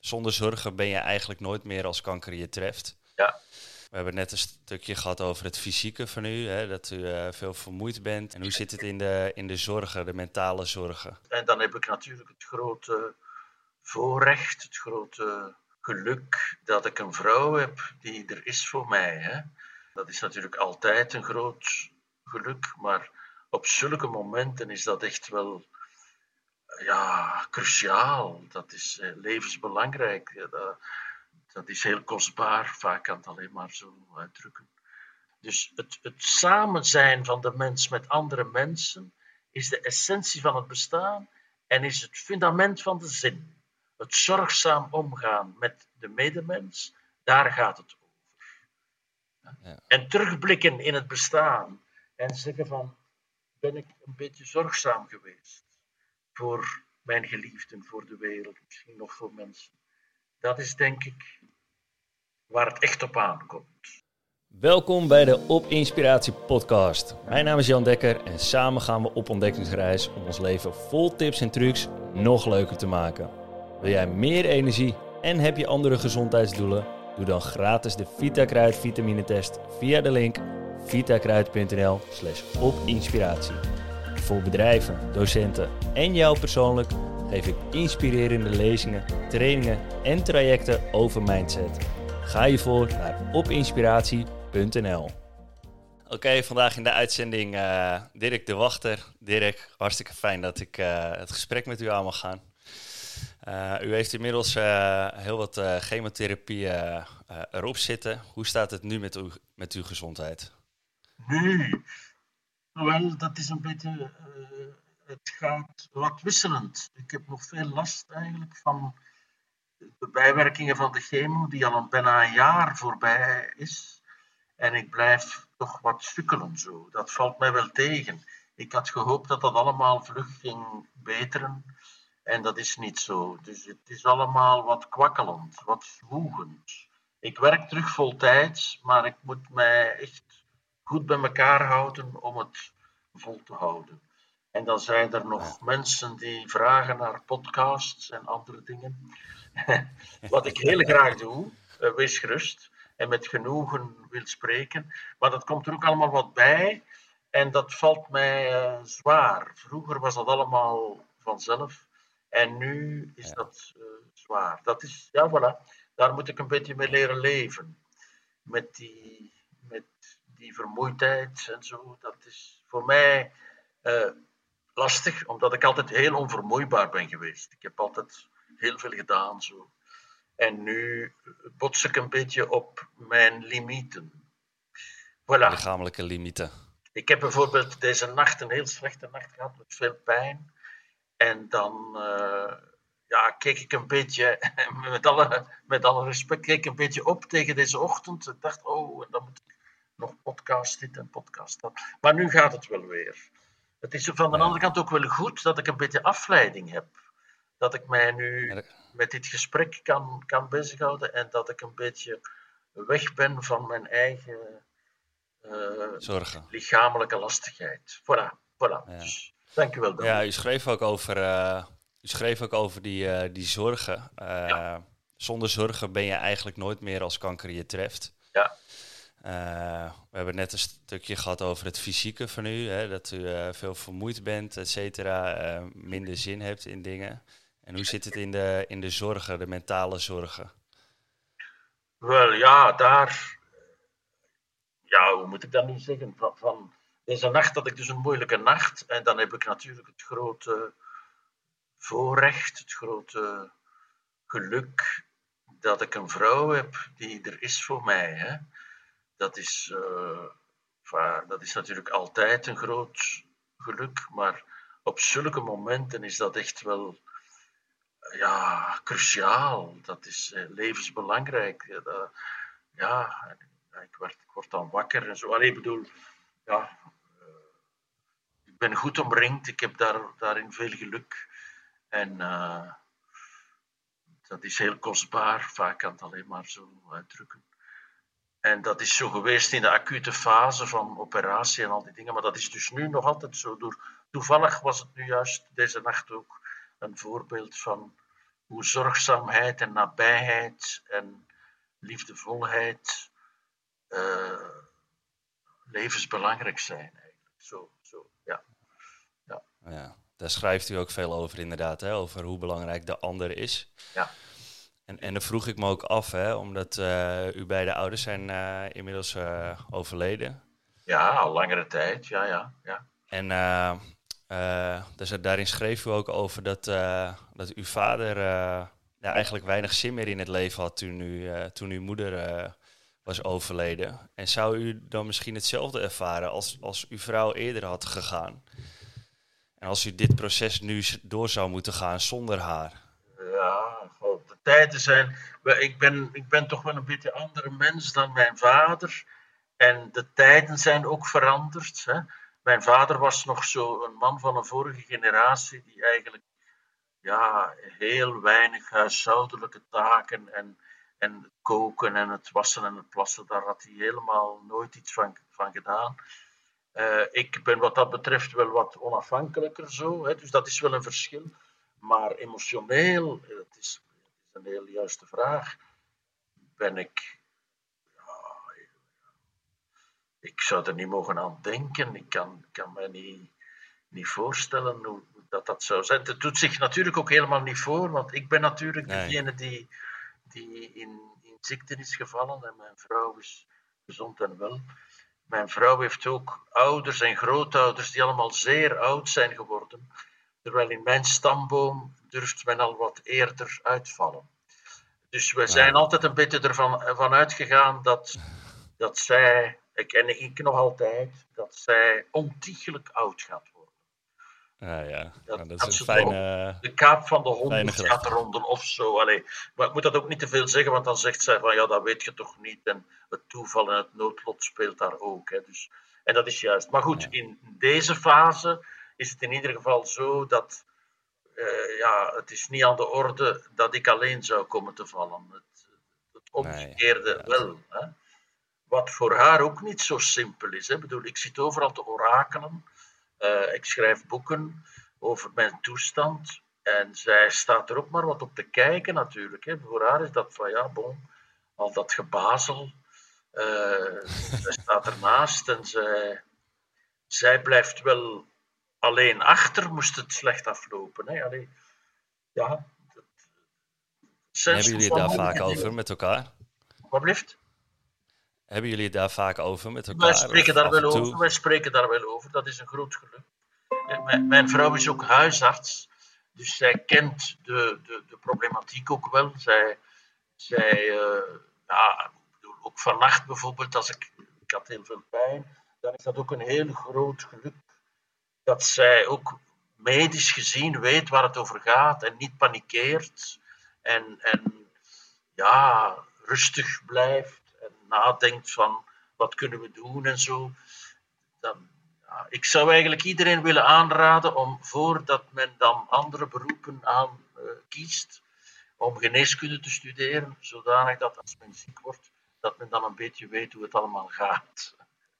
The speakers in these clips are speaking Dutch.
Zonder zorgen ben je eigenlijk nooit meer als kanker je treft. Ja. We hebben net een stukje gehad over het fysieke van u, hè, dat u veel vermoeid bent. En hoe zit het in de zorgen, de mentale zorgen? En dan heb ik natuurlijk het grote voorrecht, het grote geluk dat ik een vrouw heb die er is voor mij. Hè. Dat is natuurlijk altijd een groot geluk, maar op zulke momenten is dat echt wel cruciaal. Dat is levensbelangrijk. Dat is heel kostbaar. Vaak kan het alleen maar zo uitdrukken. Dus het samen zijn van de mens met andere mensen is de essentie van het bestaan en is het fundament van de zin. Het zorgzaam omgaan met de medemens, daar gaat het over. Ja. En terugblikken in het bestaan en zeggen van, ben ik een beetje zorgzaam geweest voor mijn geliefden, voor de wereld, misschien nog voor mensen. Dat is denk ik waar het echt op aankomt. Welkom bij de Op Inspiratie podcast. Mijn naam is Jan Dekker en samen gaan we op ontdekkingsreis om ons leven vol tips en trucs nog leuker te maken. Wil jij meer energie en heb je andere gezondheidsdoelen? Doe dan gratis de VitaKruid vitaminetest via de link vitakruid.nl/opinspiratie. Voor bedrijven, docenten en jou persoonlijk geef ik inspirerende lezingen, trainingen en trajecten over mindset. Ga je voor naar opinspiratie.nl. Oké, vandaag in de uitzending Dirk de Wachter. Dirk, hartstikke fijn dat ik het gesprek met u aan mag gaan. U heeft inmiddels heel wat chemotherapie erop zitten. Hoe staat het nu met uw gezondheid? Nu, wel, dat is een beetje... het gaat wat wisselend. Ik heb nog veel last eigenlijk van de bijwerkingen van de chemo, die al bijna een jaar voorbij is. En ik blijf toch wat sukkelen zo. Dat valt mij wel tegen. Ik had gehoopt dat dat allemaal vlug ging beteren. En dat is niet zo. Dus het is allemaal wat kwakkelend, wat zwoegend. Ik werk terug voltijds, maar ik moet mij echt goed bij elkaar houden om het vol te houden. En dan zijn er nog mensen die vragen naar podcasts en andere dingen. Wat ik heel graag doe, wees gerust, en met genoegen wil spreken. Maar dat komt er ook allemaal wat bij en dat valt mij zwaar. Vroeger was dat allemaal vanzelf en nu is dat zwaar. Dat is, ja voilà, daar moet ik een beetje mee leren leven. Met die vermoeidheid en zo. Dat is voor mij lastig, omdat ik altijd heel onvermoeibaar ben geweest. Ik heb altijd heel veel gedaan zo. En nu bots ik een beetje op mijn limieten. Voilà. Lichamelijke limieten. Ik heb bijvoorbeeld deze nacht een heel slechte nacht gehad met veel pijn. En dan keek ik een beetje, met alle respect, keek ik een beetje op tegen deze ochtend. Ik dacht, en dan moet ik nog podcast dit en podcast dat. Maar nu gaat het wel weer. Het is van de andere kant ook wel goed dat ik een beetje afleiding heb. Dat ik mij nu met dit gesprek kan bezighouden en dat ik een beetje weg ben van mijn eigen zorgen. Lichamelijke lastigheid. Voilà. Ja. Dus, dank u wel. Ja, u schreef ook over die zorgen. Zonder zorgen ben je eigenlijk nooit meer als kanker je treft. Ja. We hebben net een stukje gehad over het fysieke van u, hè, dat u veel vermoeid bent, et cetera, minder zin hebt in dingen. En hoe zit het in de zorgen, de mentale zorgen? Wel ja, hoe moet ik dat nu zeggen? Van deze nacht had ik dus een moeilijke nacht en dan heb ik natuurlijk het grote voorrecht, het grote geluk dat ik een vrouw heb die er is voor mij. Hè. Dat is natuurlijk altijd een groot geluk, maar op zulke momenten is dat echt wel cruciaal. Dat is levensbelangrijk. Ik word dan wakker en zo. Allee, ik bedoel, ik ben goed omringd, ik heb daarin veel geluk. En dat is heel kostbaar, vaak kan het alleen maar zo uitdrukken. En dat is zo geweest in de acute fase van operatie en al die dingen, maar dat is dus nu nog altijd zo. Toevallig was het nu juist deze nacht ook een voorbeeld van hoe zorgzaamheid en nabijheid en liefdevolheid levensbelangrijk zijn eigenlijk. Ja. Ja, daar schrijft u ook veel over inderdaad, hè, over hoe belangrijk de ander is. Ja. En dan vroeg ik me ook af, hè, omdat uw beide ouders zijn inmiddels overleden. Ja, al langere tijd, ja. En dus daarin schreef u ook over dat uw vader eigenlijk weinig zin meer in het leven had toen uw moeder was overleden. En zou u dan misschien hetzelfde ervaren als uw vrouw eerder had gegaan? En als u dit proces nu door zou moeten gaan zonder haar? Ja, de tijden zijn... Ik ben toch wel een beetje een andere mens dan mijn vader. En de tijden zijn ook veranderd. Hè. Mijn vader was nog zo een man van een vorige generatie die eigenlijk heel weinig huishoudelijke taken en het koken en het wassen en het plassen, daar had hij helemaal nooit iets van gedaan. Ik ben wat dat betreft wel wat onafhankelijker zo, hè, dus dat is wel een verschil. Maar emotioneel, het is een heel juiste vraag, ben ik... Ik zou er niet mogen aan denken. Ik kan me niet voorstellen hoe dat zou zijn. Het doet zich natuurlijk ook helemaal niet voor, want ik ben natuurlijk degene die in ziekte is gevallen en mijn vrouw is gezond en wel. Mijn vrouw heeft ook ouders en grootouders die allemaal zeer oud zijn geworden, terwijl in mijn stamboom durft men al wat eerder uitvallen. Dus we zijn altijd een beetje ervan uitgegaan dat zij, en ik nog altijd, dat zij ontiegelijk oud gaat worden. Dat is een fijne... De kaap van de 100 gaat ronden of zo. Allee, maar ik moet dat ook niet te veel zeggen, want dan zegt zij van ja, dat weet je toch niet. En het toeval en het noodlot speelt daar ook. Hè. Dus, en dat is juist. Maar goed, in deze fase is het in ieder geval zo dat het is niet aan de orde dat ik alleen zou komen te vallen. Het omgekeerde wel. Hè. Wat voor haar ook niet zo simpel is. Hè. Ik bedoel, ik zit overal te orakelen. Ik schrijf boeken over mijn toestand. En zij staat er ook maar wat op te kijken natuurlijk. Hè. Voor haar is dat van al dat gebazel. Zij staat ernaast en zij blijft wel alleen achter, moest het slecht aflopen. Hè. Allee, hebben jullie het daar vaak over met elkaar? Wat blijft? Hebben jullie het daar vaak over met elkaar? Wij spreken daar wel over. Dat is een groot geluk. Mijn vrouw is ook huisarts. Dus zij kent de problematiek ook wel. Ook vannacht bijvoorbeeld, als ik had heel veel pijn, dan is dat ook een heel groot geluk. Dat zij ook medisch gezien weet waar het over gaat en niet panikeert. En rustig blijft en nadenkt van wat kunnen we doen en zo. Ik zou eigenlijk iedereen willen aanraden om, voordat men dan andere beroepen aan kiest, om geneeskunde te studeren, zodanig dat als men ziek wordt, dat men dan een beetje weet hoe het allemaal gaat.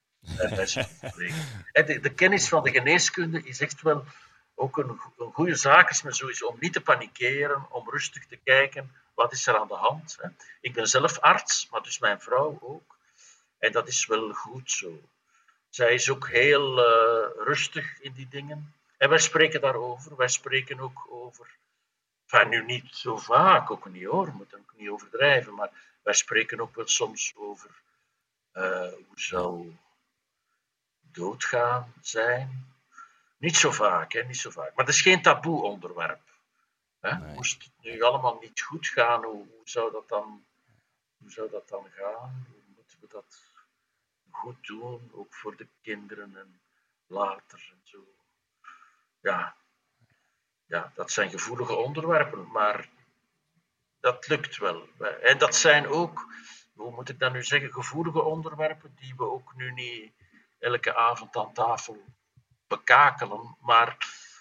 De kennis van de geneeskunde is echt wel ook een goede zaak als men zo is, om niet te panikeren, om rustig te kijken, wat is er aan de hand. Hè? Ik ben zelf arts, maar dus mijn vrouw ook. En dat is wel goed zo. Zij is ook heel rustig in die dingen. En wij spreken daarover. Wij spreken ook over... Enfin, nu niet zo vaak, ook niet hoor. We moeten ook niet overdrijven. Maar wij spreken ook wel soms over hoe zou doodgaan zijn. Niet zo vaak, hè. Niet zo vaak. Maar dat is geen taboe onderwerp. Hè? Nee. Moest het nu allemaal niet goed gaan, hoe zou dat dan gaan? Hoe moeten we dat goed doen, ook voor de kinderen en later en zo. Ja, dat zijn gevoelige onderwerpen, maar dat lukt wel. En dat zijn ook, hoe moet ik dat nu zeggen, gevoelige onderwerpen die we ook nu niet elke avond aan tafel bekakelen, maar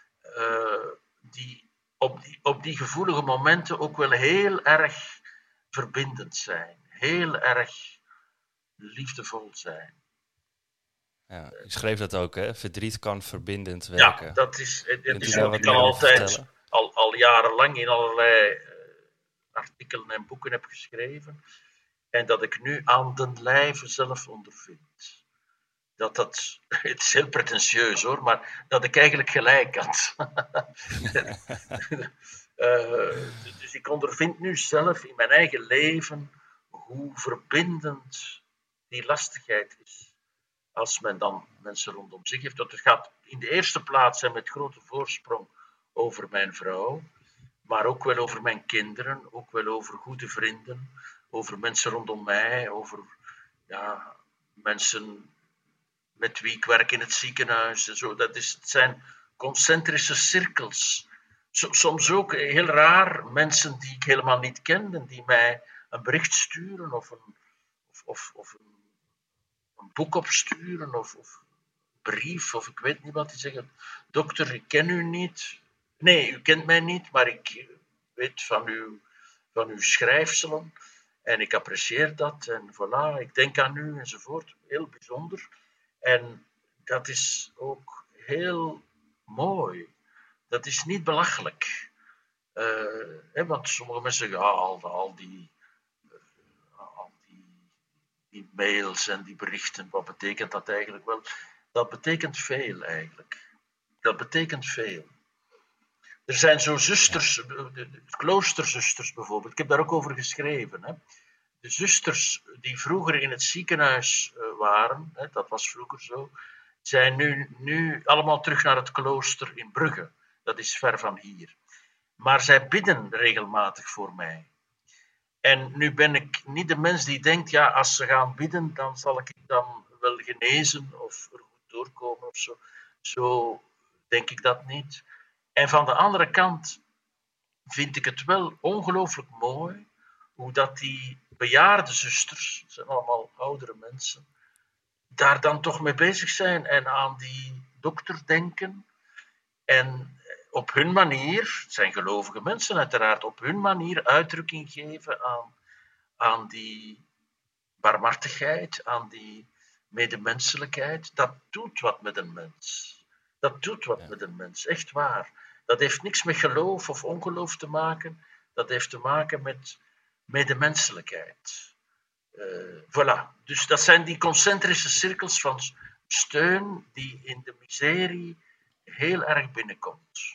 die op die gevoelige momenten ook wel heel erg verbindend zijn, heel erg liefdevol zijn. Ja, je schreef dat ook, hè? Verdriet kan verbindend werken. Ja, dat is wat ik al altijd, al jarenlang in allerlei artikelen en boeken heb geschreven en dat ik nu aan den lijve zelf ondervind. Het is heel pretentieus hoor, maar dat ik eigenlijk gelijk had. Dus ik ondervind nu zelf in mijn eigen leven hoe verbindend die lastigheid is. Als men dan mensen rondom zich heeft. Dat het gaat in de eerste plaats en met grote voorsprong over mijn vrouw, maar ook wel over mijn kinderen, ook wel over goede vrienden, over mensen rondom mij, over mensen met wie ik werk in het ziekenhuis en zo. Het zijn concentrische cirkels. Soms ook heel raar mensen die ik helemaal niet ken en die mij een bericht sturen of een boek opsturen of een brief of ik weet niet wat. Die zeggen, dokter, ik ken u niet. Nee, u kent mij niet, maar ik weet van uw schrijfselen en ik apprecieer dat en voilà, ik denk aan u enzovoort. Heel bijzonder. En dat is ook heel mooi. Dat is niet belachelijk. Want sommige mensen zeggen, al die mails en die berichten, wat betekent dat eigenlijk wel? Dat betekent veel eigenlijk. Dat betekent veel. Er zijn zo zusters, de kloosterzusters bijvoorbeeld, ik heb daar ook over geschreven. Hè. De zusters die vroeger in het ziekenhuis waren, dat was vroeger zo, zijn nu allemaal terug naar het klooster in Brugge. Dat is ver van hier. Maar zij bidden regelmatig voor mij. En nu ben ik niet de mens die denkt, ja, als ze gaan bidden, dan zal ik dan wel genezen of er goed doorkomen of zo. Zo denk ik dat niet. En van de andere kant vind ik het wel ongelooflijk mooi hoe dat die bejaarde zusters, het zijn allemaal oudere mensen, daar dan toch mee bezig zijn en aan die dokter denken en op hun manier, het zijn gelovige mensen uiteraard, op hun manier uitdrukking geven aan die barmhartigheid, aan die medemenselijkheid. Dat doet wat met een mens. Dat doet wat met een mens, echt waar. Dat heeft niks met geloof of ongeloof te maken. Dat heeft te maken met medemenselijkheid. Voilà. Dus dat zijn die concentrische cirkels van steun die in de miserie heel erg binnenkomt.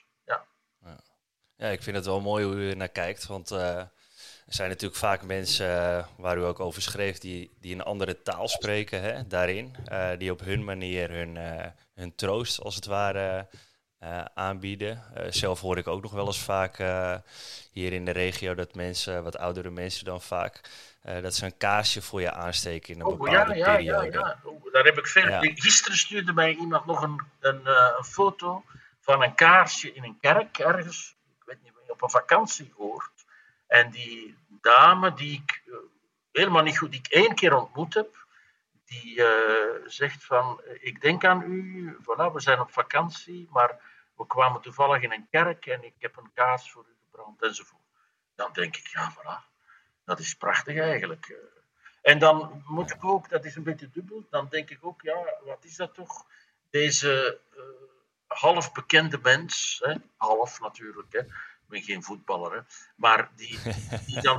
Ja, ik vind het wel mooi hoe u er naar kijkt, want er zijn natuurlijk vaak mensen waar u ook over schreef die een andere taal spreken, hè, daarin. Die op hun manier hun troost, als het ware, aanbieden. Zelf hoor ik ook nog wel eens vaak hier in de regio dat mensen, wat oudere mensen dan vaak, dat ze een kaarsje voor je aansteken in een bepaalde periode. Ja. Daar heb ik veel. Ja. Gisteren stuurde mij iemand nog een foto van een kaarsje in een kerk ergens, ik weet niet meer, op een vakantie hoort. En die dame die ik helemaal niet goed, die ik 1 keer ontmoet heb, die zegt van, ik denk aan u, voilà, we zijn op vakantie, maar we kwamen toevallig in een kerk en ik heb een kaars voor u gebrand enzovoort. Dan denk ik, ja, voilà, dat is prachtig eigenlijk. En dan moet ik ook, dat is een beetje dubbel, dan denk ik ook, ja, wat is dat toch? Deze half bekende mens, hè, half natuurlijk, hè, ik ben geen voetballer, hè, maar die dan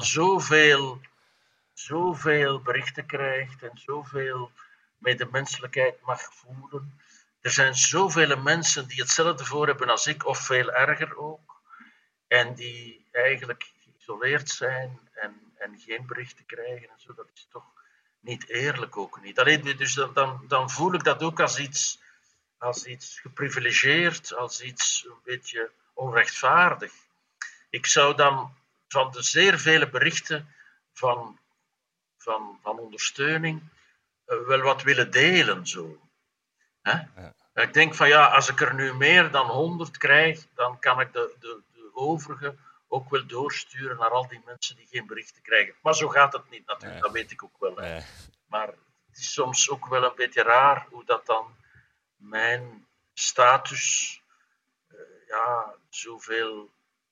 zoveel berichten krijgt en zoveel medemenselijkheid mag voelen. Er zijn zoveel mensen die hetzelfde voor hebben als ik, of veel erger ook, en die eigenlijk geïsoleerd zijn en geen berichten krijgen en zo. Dat is toch niet eerlijk ook niet. Alleen, dus dan voel ik dat ook als iets geprivilegeerd, als iets een beetje onrechtvaardig. Ik zou dan van de zeer vele berichten van ondersteuning wel wat willen delen. Zo. Hè? Ja. Ik denk van ja, als ik er nu meer dan 100 krijg, dan kan ik de overige ook wel doorsturen naar al die mensen die geen berichten krijgen. Maar zo gaat het niet natuurlijk, dat weet ik ook wel. Hè. Maar het is soms ook wel een beetje raar hoe dat dan mijn status zoveel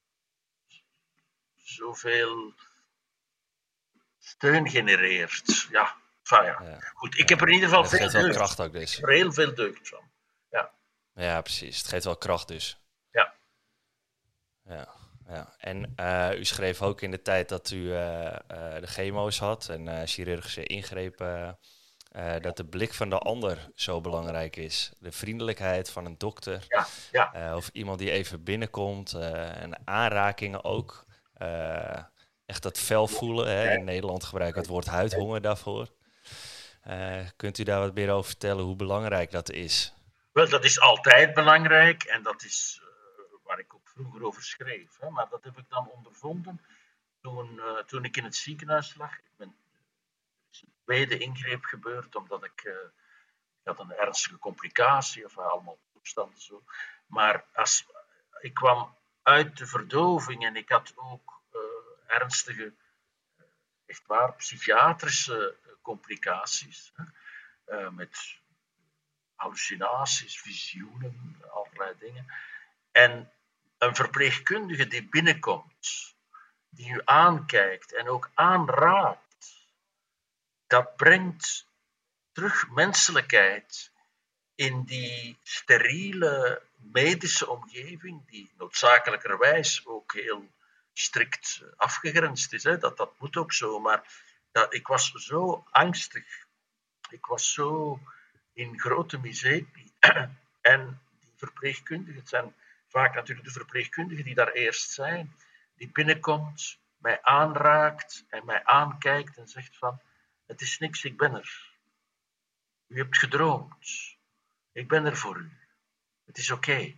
steun genereert. Ja, goed. Ik heb er in ieder geval veel deugd. Kracht ook dus. Ik heb er heel veel deugd van. Ja, precies. Het geeft wel kracht dus. Ja. Ja. En u schreef ook in de tijd dat u de chemo's had en chirurgische ingrepen, dat de blik van de ander zo belangrijk is. De vriendelijkheid van een dokter, Ja, ja, of iemand die even binnenkomt, en aanrakingen ook. Echt dat vel voelen. Hè. In Nederland gebruiken we het woord huidhonger daarvoor. Kunt u daar wat meer over vertellen hoe belangrijk dat is? wel, dat is altijd belangrijk en dat is waar ik ook vroeger over schreef. Hè. Maar dat heb ik dan ondervonden toen ik in het ziekenhuis lag. Er is een tweede ingreep gebeurd omdat ik had een ernstige complicatie, of allemaal toestanden zo. Maar ik kwam uit de verdoving en ik had ook ernstige, echt waar, psychiatrische complicaties. Hè, met hallucinaties, visioenen, allerlei dingen. En een verpleegkundige die binnenkomt, die u aankijkt en ook aanraakt, dat brengt terug menselijkheid in die steriele medische omgeving, die noodzakelijkerwijs ook heel strikt afgegrensd is. Hè. Dat moet ook zo, maar ik was zo angstig. Ik was zo in grote miserie. En die verpleegkundigen, het zijn vaak natuurlijk de verpleegkundigen die daar eerst zijn, die binnenkomt, mij aanraakt en mij aankijkt en zegt van, het is niks, ik ben er. U hebt gedroomd. Ik ben er voor u. Het is oké.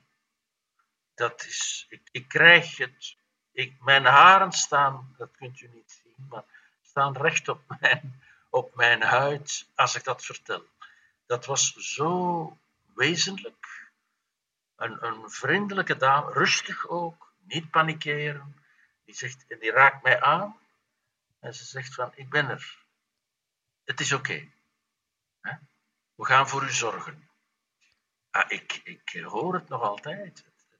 Ik krijg het. Mijn haren staan, dat kunt u niet zien, maar staan recht op mijn huid als ik dat vertel. Dat was zo wezenlijk. Een vriendelijke dame, rustig ook, niet panikeren. Die raakt mij aan en ze zegt van, ik ben er. Het is oké. We gaan voor u zorgen. Ik hoor het nog altijd.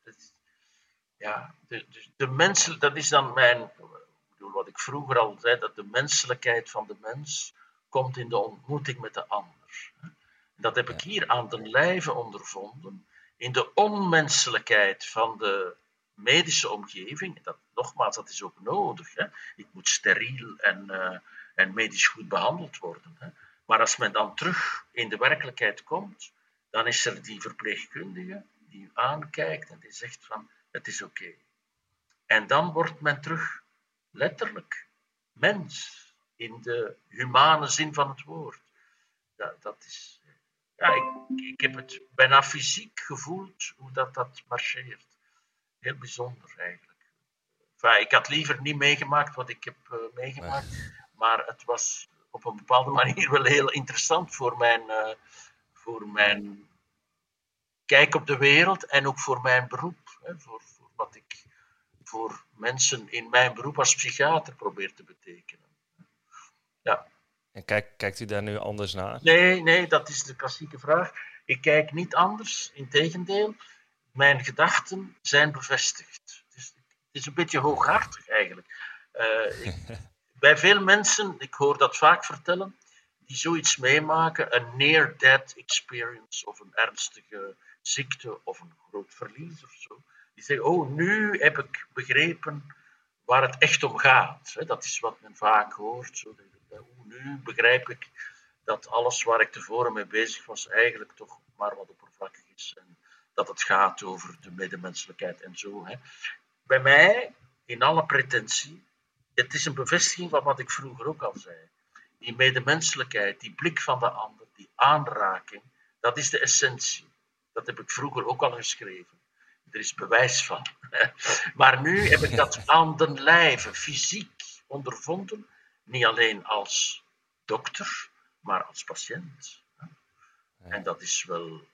Ja, de mensen, dat is dan wat ik vroeger al zei, dat de menselijkheid van de mens komt in de ontmoeting met de ander. Dat heb ik hier aan den lijve ondervonden, in de onmenselijkheid van de medische omgeving. Nogmaals, dat is ook nodig. Hè. Ik moet steriel en medisch goed behandeld worden. Hè. Maar als men dan terug in de werkelijkheid komt, dan is er die verpleegkundige die u aankijkt en die zegt van, het is oké. En dan wordt men terug letterlijk mens, in de humane zin van het woord. Dat is... Ja, ik heb het bijna fysiek gevoeld hoe dat marcheert. Heel bijzonder eigenlijk. Enfin, ik had liever niet meegemaakt wat ik heb meegemaakt, maar het was op een bepaalde manier wel heel interessant voor mijn kijk op de wereld en ook voor mijn beroep. Hè, voor wat ik voor mensen in mijn beroep als psychiater probeer te betekenen. Ja. En kijkt u daar nu anders naar? Nee, dat is de klassieke vraag. Ik kijk niet anders, integendeel. Mijn gedachten zijn bevestigd. Het is een beetje hooghartig eigenlijk. Bij veel mensen, ik hoor dat vaak vertellen, die zoiets meemaken, een near-death experience of een ernstige ziekte of een groot verlies of zo, die zeggen, oh, nu heb ik begrepen waar het echt om gaat. Dat is wat men vaak hoort. Zo, nu begrijp ik dat alles waar ik tevoren mee bezig was eigenlijk toch maar wat oppervlakkig is en dat het gaat over de medemenselijkheid en zo. Bij mij, in alle pretentie, het is een bevestiging van wat ik vroeger ook al zei. Die medemenselijkheid, die blik van de ander, die aanraking, dat is de essentie. Dat heb ik vroeger ook al geschreven. Er is bewijs van. Maar nu heb ik dat aan den lijve, fysiek ondervonden. Niet alleen als dokter, maar als patiënt. En dat is wel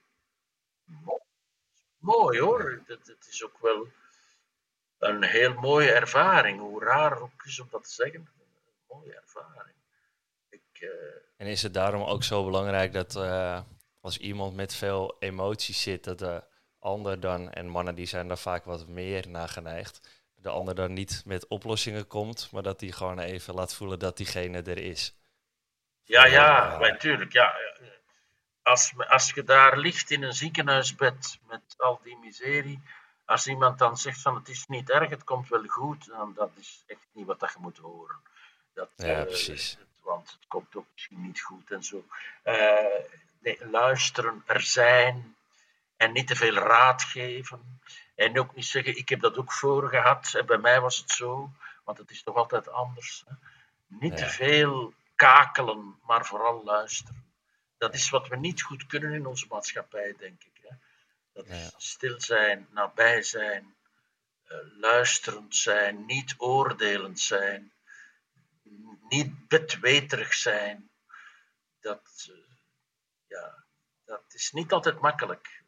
mooi hoor. Het is ook wel een heel mooie ervaring. Hoe raar ook is om dat te zeggen. Een mooie ervaring. En is het daarom ook zo belangrijk dat als iemand met veel emoties zit, dat de ander dan, en mannen die zijn daar vaak wat meer naar geneigd, de ander dan niet met oplossingen komt, maar dat die gewoon even laat voelen dat diegene er is? Ja, natuurlijk. Ja. Als je daar ligt in een ziekenhuisbed met al die miserie, als iemand dan zegt van het is niet erg, het komt wel goed, dan dat is echt niet wat dat je moet horen. Ja, precies. Want het komt ook misschien niet goed en zo. Nee, luisteren, er zijn en niet te veel raad geven. En ook niet zeggen, ik heb dat ook voor gehad en bij mij was het zo, want het is toch altijd anders. Hè? Niet te veel kakelen, maar vooral luisteren. Dat is wat we niet goed kunnen in onze maatschappij, denk ik. Hè? Dat is stil zijn, nabij zijn, luisterend zijn, niet oordelend zijn, niet bedweterig zijn. Dat, dat is niet altijd makkelijk.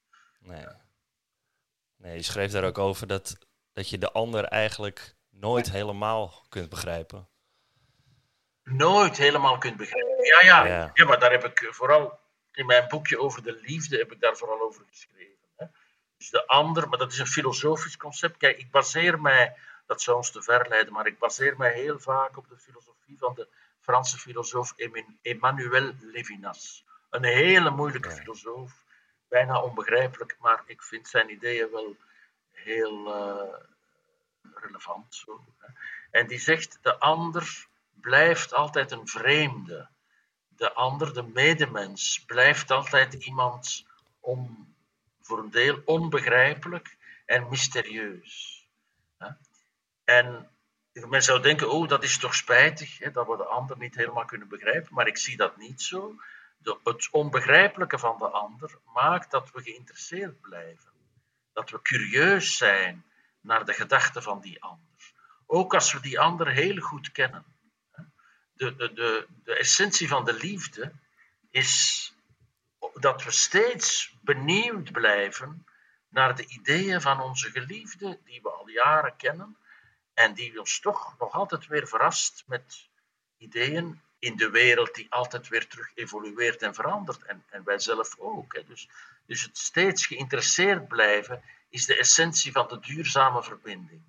Nee, je schreef daar ook over dat je de ander eigenlijk nooit helemaal kunt begrijpen. Nooit helemaal kunt begrijpen. Ja, maar daar heb ik vooral in mijn boekje over de liefde heb ik daar vooral over geschreven. Hè. Dus de ander, maar dat is een filosofisch concept. Kijk, ik baseer mij, dat zou ons te ver leiden, maar ik baseer mij heel vaak op de filosofie van de Franse filosoof Emmanuel Levinas. Een hele moeilijke filosoof, bijna onbegrijpelijk, maar ik vind zijn ideeën wel heel relevant. Zo, hè. En die zegt, de ander blijft altijd een vreemde. De ander, de medemens, blijft altijd iemand voor een deel onbegrijpelijk en mysterieus. En men zou denken, oh, dat is toch spijtig, hè, dat we de ander niet helemaal kunnen begrijpen, maar ik zie dat niet zo. Het onbegrijpelijke van de ander maakt dat we geïnteresseerd blijven. Dat we curieus zijn naar de gedachten van die ander. Ook als we die ander heel goed kennen. De essentie van de liefde is dat we steeds benieuwd blijven naar de ideeën van onze geliefde, die we al jaren kennen, en die ons toch nog altijd weer verrast met ideeën in de wereld die altijd weer terug evolueert en verandert. En wij zelf ook. Hè. Dus het steeds geïnteresseerd blijven is de essentie van de duurzame verbinding.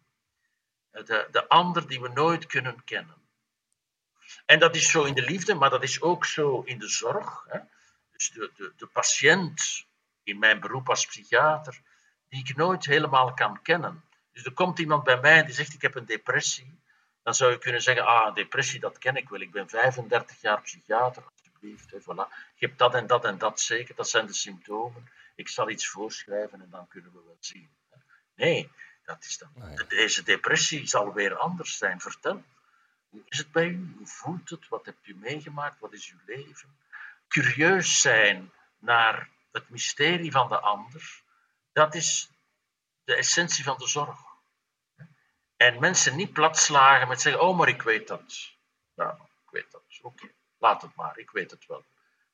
De ander die we nooit kunnen kennen. En dat is zo in de liefde, maar dat is ook zo in de zorg. Hè. Dus de patiënt, in mijn beroep als psychiater, die ik nooit helemaal kan kennen. Dus er komt iemand bij mij en die zegt, ik heb een depressie. Dan zou je kunnen zeggen, depressie, dat ken ik wel. Ik ben 35 jaar psychiater, alsjeblieft. Hè, voilà. Je hebt dat en dat en dat zeker, dat zijn de symptomen. Ik zal iets voorschrijven en dan kunnen we wel zien. Nee, dat is dan. Deze depressie zal weer anders zijn. Vertel. Hoe is het bij u? Hoe voelt het? Wat hebt u meegemaakt? Wat is uw leven? Curieus zijn naar het mysterie van de ander, dat is de essentie van de zorg. En mensen niet platslagen met zeggen, oh, maar ik weet dat. Nou, ik weet dat. Oké, laat het maar, ik weet het wel.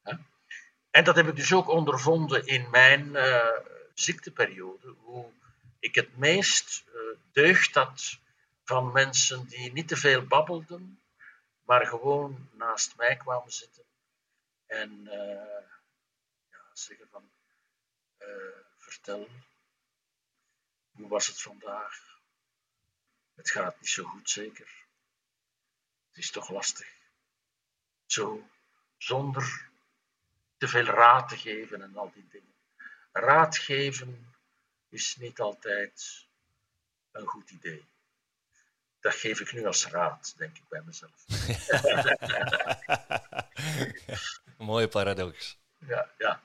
En dat heb ik dus ook ondervonden in mijn ziekteperiode, hoe ik het meest deugd had van mensen die niet te veel babbelden, maar gewoon naast mij kwamen zitten en zeggen van, vertel, hoe was het vandaag? Het gaat niet zo goed, zeker. Het is toch lastig. Zo, zonder te veel raad te geven en al die dingen. Raad geven is niet altijd een goed idee. Dat geef ik nu als raad, denk ik bij mezelf. Mooie paradox. Ja.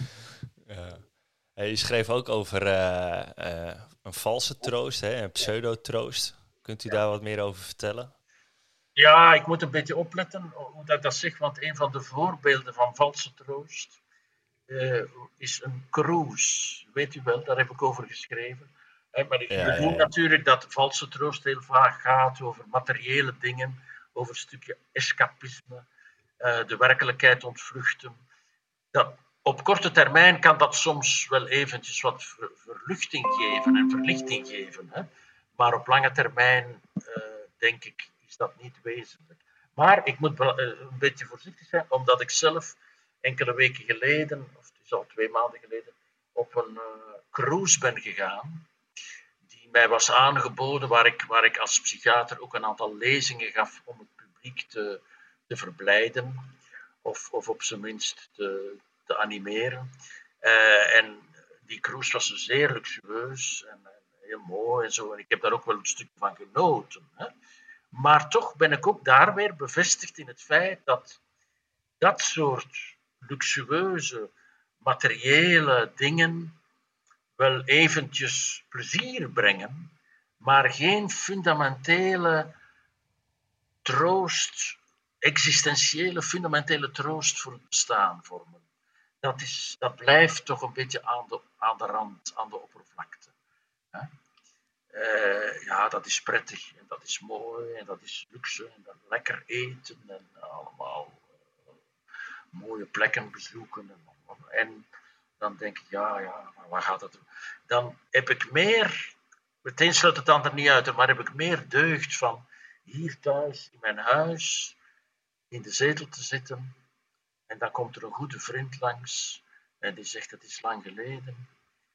Je schreef ook over een valse troost, hè, een pseudo-troost. Kunt u daar wat meer over vertellen? Ja, ik moet een beetje opletten hoe ik dat zeg, want een van de voorbeelden van valse troost is een cruise. Weet u wel, daar heb ik over geschreven. Maar ik bedoel natuurlijk dat valse troost heel vaak gaat over materiële dingen, over een stukje escapisme, de werkelijkheid ontvluchten. Op korte termijn kan dat soms wel eventjes wat verluchting geven en verlichting geven. Hè? Maar op lange termijn, denk ik, is dat niet wezenlijk. Maar ik moet een beetje voorzichtig zijn, omdat ik zelf enkele weken geleden, of het is al 2 maanden geleden, op een cruise ben gegaan, die mij was aangeboden, waar ik als psychiater ook een aantal lezingen gaf om het publiek te verblijden, of op zijn minst te animeren. En die cruise was zeer luxueus en heel mooi en zo. En ik heb daar ook wel een stuk van genoten. Hè. Maar toch ben ik ook daar weer bevestigd in het feit dat dat soort luxueuze, materiële dingen wel eventjes plezier brengen, maar geen fundamentele troost, existentiële fundamentele troost voor het bestaan vormen. Dat blijft toch een beetje aan de rand, aan de oppervlakte. Hè? Ja, dat is prettig en dat is mooi en dat is luxe en dat lekker eten en allemaal mooie plekken bezoeken. En dan denk ik, ja, waar gaat het? Dan heb ik meer, meteen sluit het ander niet uit, maar heb ik meer deugd van hier thuis in mijn huis in de zetel te zitten en dan komt er een goede vriend langs en die zegt, het is lang geleden.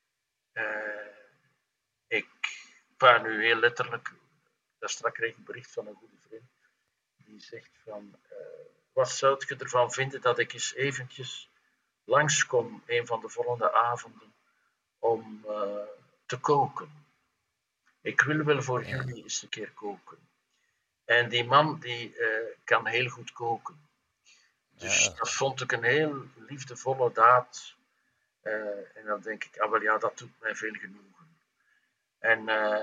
Ik vaar nu heel letterlijk, daar strak kreeg ik een bericht van een goede vriend, die zegt van, wat zou je ervan vinden dat ik eens eventjes langskom een van de volgende avonden om te koken. Ik wil wel voor jullie eens een keer koken. En die man die kan heel goed koken. Dus dat vond ik een heel liefdevolle daad. En dan denk ik, wel ja, dat doet mij veel genoegen. En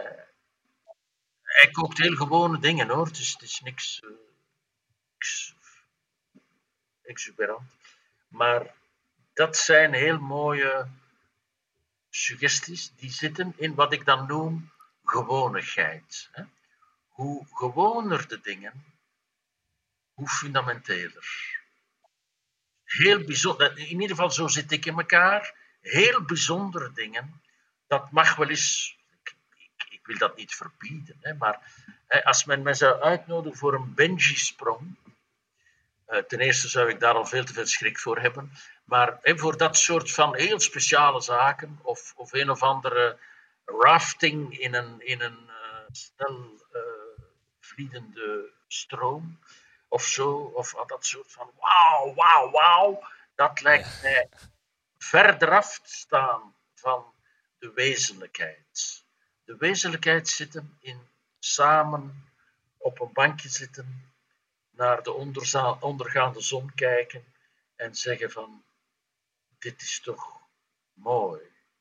hij kookt heel gewone dingen hoor. Het is niks exuberant. Maar dat zijn heel mooie suggesties die zitten in wat ik dan noem gewonigheid. Hè? Hoe gewoner de dingen, hoe fundamenteler. Heel bijzonder, in ieder geval zo zit ik in elkaar. Heel bijzondere dingen, dat mag wel eens, ik wil dat niet verbieden, hè, maar als men mij zou uitnodigen voor een bungee-sprong, ten eerste zou ik daar al veel te veel schrik voor hebben, maar voor dat soort van heel speciale zaken, of een of andere rafting in een snel vliedende stroom, of zo, of dat soort van wauw, dat lijkt mij verder af te staan van de wezenlijkheid. De wezenlijkheid zitten in samen op een bankje zitten, naar de ondergaande zon kijken en zeggen van, dit is toch mooi.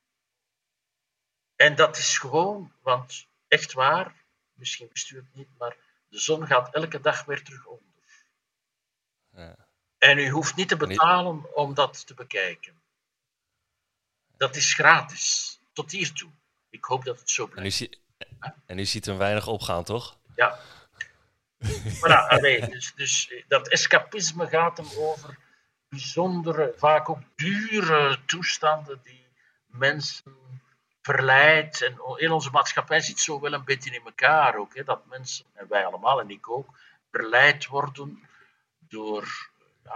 En dat is gewoon, want echt waar, misschien wist u het niet, maar de zon gaat elke dag weer terug onder. Ja. En u hoeft niet te betalen om dat te bekijken. Dat is gratis, tot hiertoe. Ik hoop dat het zo blijft. En u ziet hem weinig opgaan, toch? Ja. Voilà, dus dat escapisme gaat hem over bijzondere, vaak ook dure toestanden die mensen verleidt. En in onze maatschappij zit zo wel een beetje in elkaar ook. Hè, dat mensen, en wij allemaal en ik ook, verleid worden door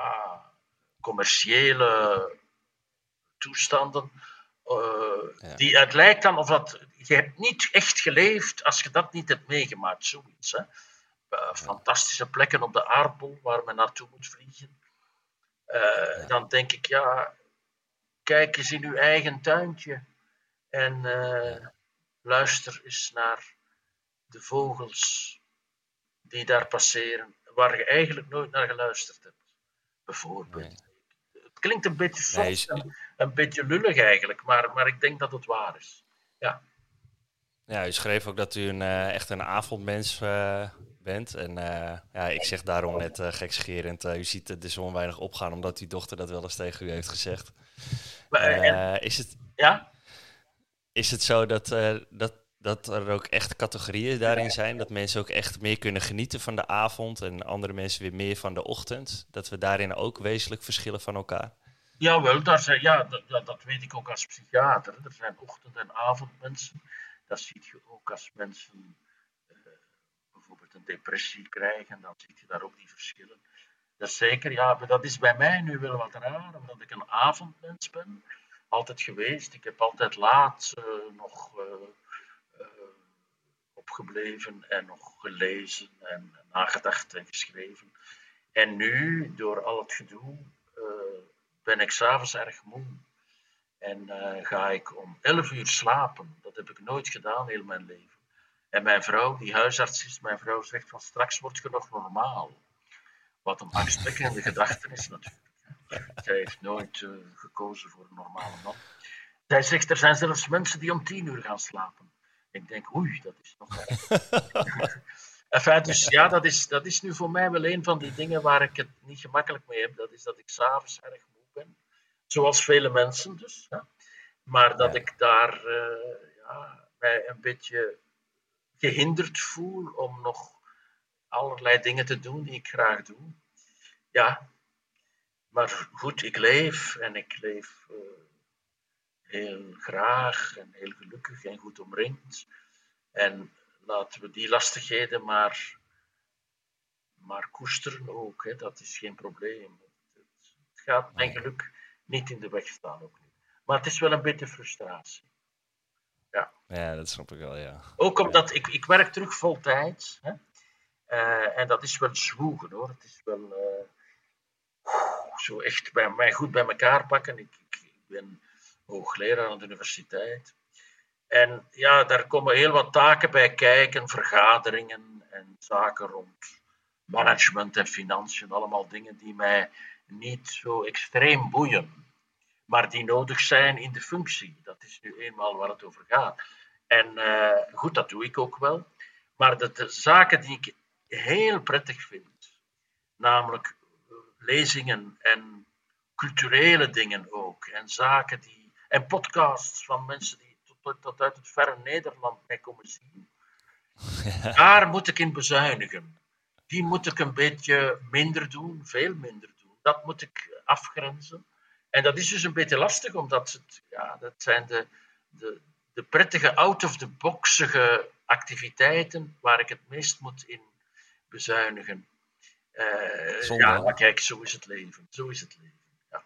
commerciële toestanden. Die het lijkt dan of dat je hebt niet echt geleefd als je dat niet hebt meegemaakt, zoiets. Hè. Fantastische plekken op de aardbol waar men naartoe moet vliegen. Dan denk ik, kijk eens in uw eigen tuintje en luister eens naar de vogels die daar passeren, waar je eigenlijk nooit naar geluisterd hebt. Bijvoorbeeld. Nee. Het klinkt een beetje soft en een beetje lullig eigenlijk, maar ik denk dat het waar is. Ja. Ja, u schreef ook dat u echt een avondmens bent. En ik zeg daarom net gekscherend, u ziet de zon weinig opgaan, omdat uw dochter dat wel eens tegen u heeft gezegd. Is het zo dat er ook echt categorieën daarin zijn? Dat mensen ook echt meer kunnen genieten van de avond en andere mensen weer meer van de ochtend? Dat we daarin ook wezenlijk verschillen van elkaar? Jawel, dat weet ik ook als psychiater. Er zijn ochtend- en avondmensen. Dat zie je ook als mensen bijvoorbeeld een depressie krijgen. Dan zie je daar ook die verschillen. Dat is zeker, maar dat is bij mij nu wel wat raar, omdat ik een avondmens ben. Altijd geweest. Ik heb altijd laat nog opgebleven en nog gelezen en nagedacht en geschreven. En nu, door al het gedoe, ben ik 's avonds erg moe. En ga ik om 11 uur slapen. Dat heb ik nooit gedaan heel mijn leven. En mijn vrouw, die huisarts is, mijn vrouw zegt van straks word je nog normaal. Wat een angstwekkende gedachte is natuurlijk. Zij heeft nooit gekozen voor een normale man. Zij zegt, er zijn zelfs mensen die om 10 uur gaan slapen. Ik denk, oei, dat is nog enfin, dus ja, dat is nu voor mij wel een van die dingen waar ik het niet gemakkelijk mee heb. Dat is dat ik s'avonds erg moe ben. Zoals vele mensen dus. Hè. Maar dat ik daar mij een beetje gehinderd voel om nog allerlei dingen te doen die ik graag doe. Ja, maar goed, ik leef en ik leef heel graag en heel gelukkig en goed omringd. En laten we die lastigheden maar koesteren ook. Hè. Dat is geen probleem. Het gaat mijn geluk niet in de weg staan, ook niet. Maar het is wel een beetje frustratie. Ja, ja, dat snap ik wel, ja. Ook omdat ik werk terug voltijds. Hè. En dat is wel zwoegen, hoor. Het is wel zo echt mij goed bij elkaar pakken. Ik ben hoogleraar aan de universiteit. En ja, daar komen heel wat taken bij kijken, vergaderingen en zaken rond management en financiën. Allemaal dingen die mij niet zo extreem boeien, maar die nodig zijn in de functie. Dat is nu eenmaal waar het over gaat. En goed, dat doe ik ook wel. Maar de zaken die ik heel prettig vind, namelijk lezingen en culturele dingen ook, en zaken en podcasts van mensen die tot uit het verre Nederland mij komen zien, daar moet ik in bezuinigen. Die moet ik een beetje minder doen, veel minder doen. Dat moet ik afgrenzen. En dat is dus een beetje lastig, omdat dat zijn de prettige out-of-the-boxige activiteiten waar ik het meest moet in bezuinigen. Maar kijk, zo is het leven. Zo is het leven.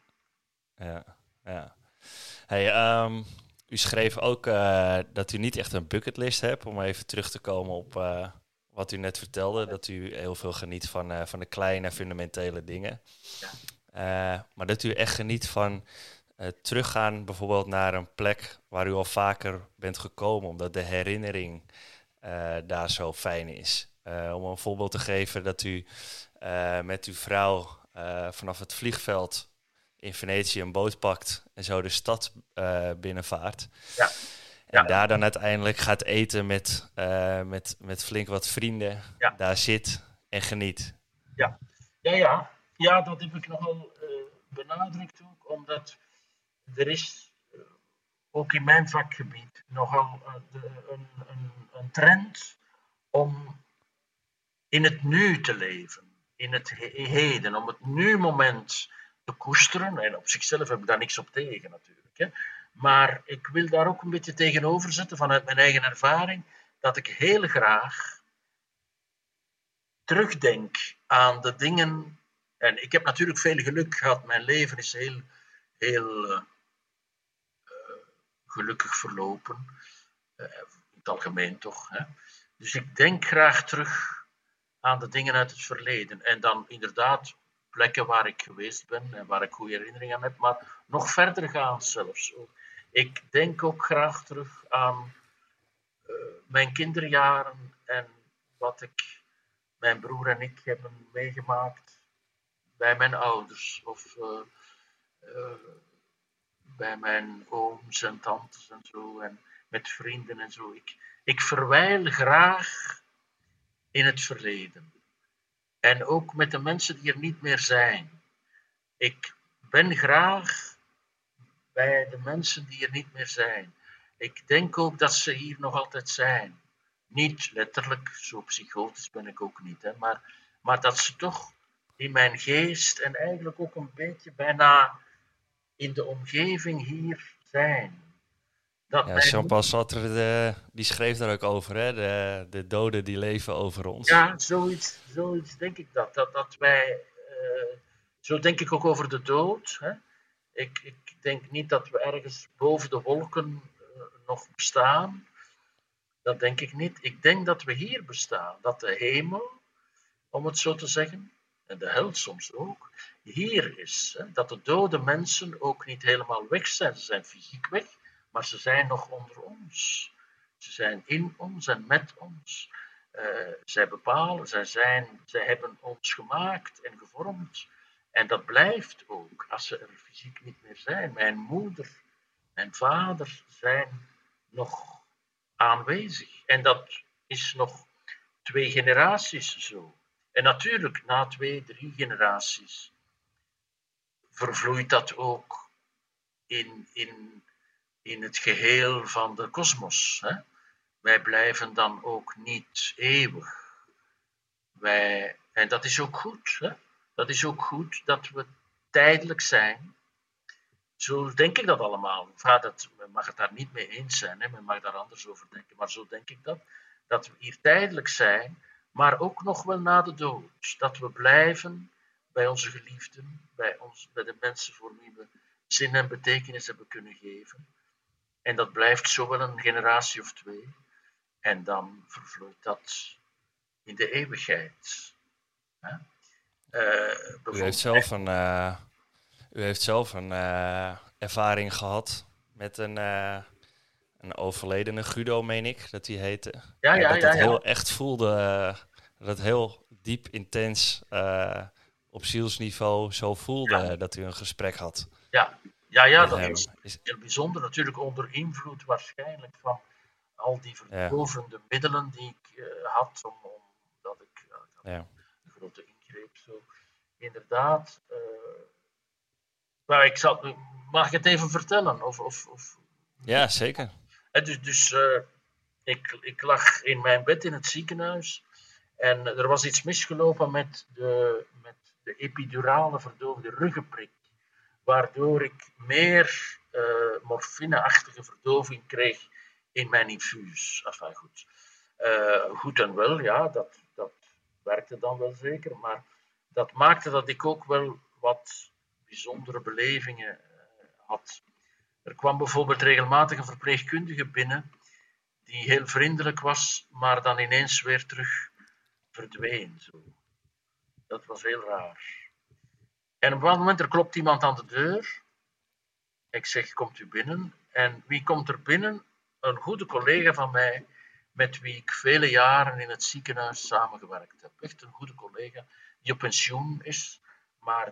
Ja. Hey, u schreef ook dat u niet echt een bucketlist hebt, om even terug te komen op wat u net vertelde, dat u heel veel geniet van de kleine fundamentele dingen. Maar dat u echt geniet van teruggaan bijvoorbeeld naar een plek waar u al vaker bent gekomen, omdat de herinnering daar zo fijn is. Om een voorbeeld te geven, dat u met uw vrouw vanaf het vliegveld in Venetië een boot pakt en zo de stad binnenvaart. Ja. En daar dan uiteindelijk gaat eten met flink wat vrienden. Ja. Daar zit en geniet. Ja, dat heb ik nogal benadrukt ook, omdat er is ook in mijn vakgebied nogal een trend om in het nu te leven, in het heden, om het nu-moment te koesteren. En op zichzelf heb ik daar niks op tegen natuurlijk. Hè. Maar ik wil daar ook een beetje tegenover zetten vanuit mijn eigen ervaring, dat ik heel graag terugdenk aan de dingen. En ik heb natuurlijk veel geluk gehad. Mijn leven is heel gelukkig verlopen. In het algemeen toch. Hè. Dus ik denk graag terug aan de dingen uit het verleden. En dan inderdaad plekken waar ik geweest ben en waar ik goede herinneringen aan heb. Maar nog verder gaan zelfs. Ik denk ook graag terug aan mijn kinderjaren en wat mijn broer en ik hebben meegemaakt bij mijn ouders of bij mijn ooms en tantes en zo en met vrienden en zo. Ik verwijl graag in het verleden. En ook met de mensen die er niet meer zijn. Ik ben graag bij de mensen die er niet meer zijn. Ik denk ook dat ze hier nog altijd zijn. Niet letterlijk, zo psychotisch ben ik ook niet, hè, maar dat ze toch in mijn geest en eigenlijk ook een beetje bijna in de omgeving hier zijn. Jean-Paul Sartre die schreef daar ook over, hè? De doden die leven over ons. Ja, zoiets denk ik dat wij... zo denk ik ook over de dood. Hè. Ik denk niet dat we ergens boven de wolken nog bestaan. Dat denk ik niet. Ik denk dat we hier bestaan. Dat de hemel, om het zo te zeggen, en de hel soms ook, hier is. Hè, dat de dode mensen ook niet helemaal weg zijn. Ze zijn fysiek weg, maar ze zijn nog onder ons. Ze zijn in ons en met ons. Zij bepalen, zij hebben ons gemaakt en gevormd. En dat blijft ook als ze er fysiek niet meer zijn. Mijn moeder, mijn vader zijn nog aanwezig. En dat is nog 2 generaties zo. En natuurlijk, na 2, 3 generaties vervloeit dat ook in het geheel van de kosmos. Wij blijven dan ook niet eeuwig. En dat is ook goed. Hè? Dat is ook goed dat we tijdelijk zijn. Zo denk ik dat allemaal. Men mag het daar niet mee eens zijn, hè? Men mag daar anders over denken, maar zo denk ik dat. Dat we hier tijdelijk zijn, maar ook nog wel na de dood. Dat we blijven bij onze geliefden, bij de mensen voor wie we zin en betekenis hebben kunnen geven. En dat blijft zo wel een generatie of 2. En dan vervloeit dat in de eeuwigheid. U heeft zelf een ervaring gehad met een overledene Guido, meen ik, dat hij heette. Dat het heel echt voelde, dat het heel diep, intens op zielsniveau zo voelde dat u een gesprek had. Ja, dat is heel bijzonder. Natuurlijk onder invloed waarschijnlijk van al die verdovende middelen die ik had, omdat ik een grote ingreep zo. Inderdaad. Mag ik het even vertellen? Ja, zeker. Dus ik lag in mijn bed in het ziekenhuis en er was iets misgelopen met de epidurale verdovende ruggenprik, waardoor ik meer morfineachtige verdoving kreeg in mijn infuus. Enfin, goed. Goed en wel, ja, dat werkte dan wel zeker, maar dat maakte dat ik ook wel wat bijzondere belevingen had. Er kwam bijvoorbeeld regelmatig een verpleegkundige binnen die heel vriendelijk was, maar dan ineens weer terug verdween. Zo. Dat was heel raar. En op een bepaald moment, er klopt iemand aan de deur. Ik zeg, komt u binnen? En wie komt er binnen? Een goede collega van mij, met wie ik vele jaren in het ziekenhuis samengewerkt heb. Echt een goede collega, die op pensioen is, maar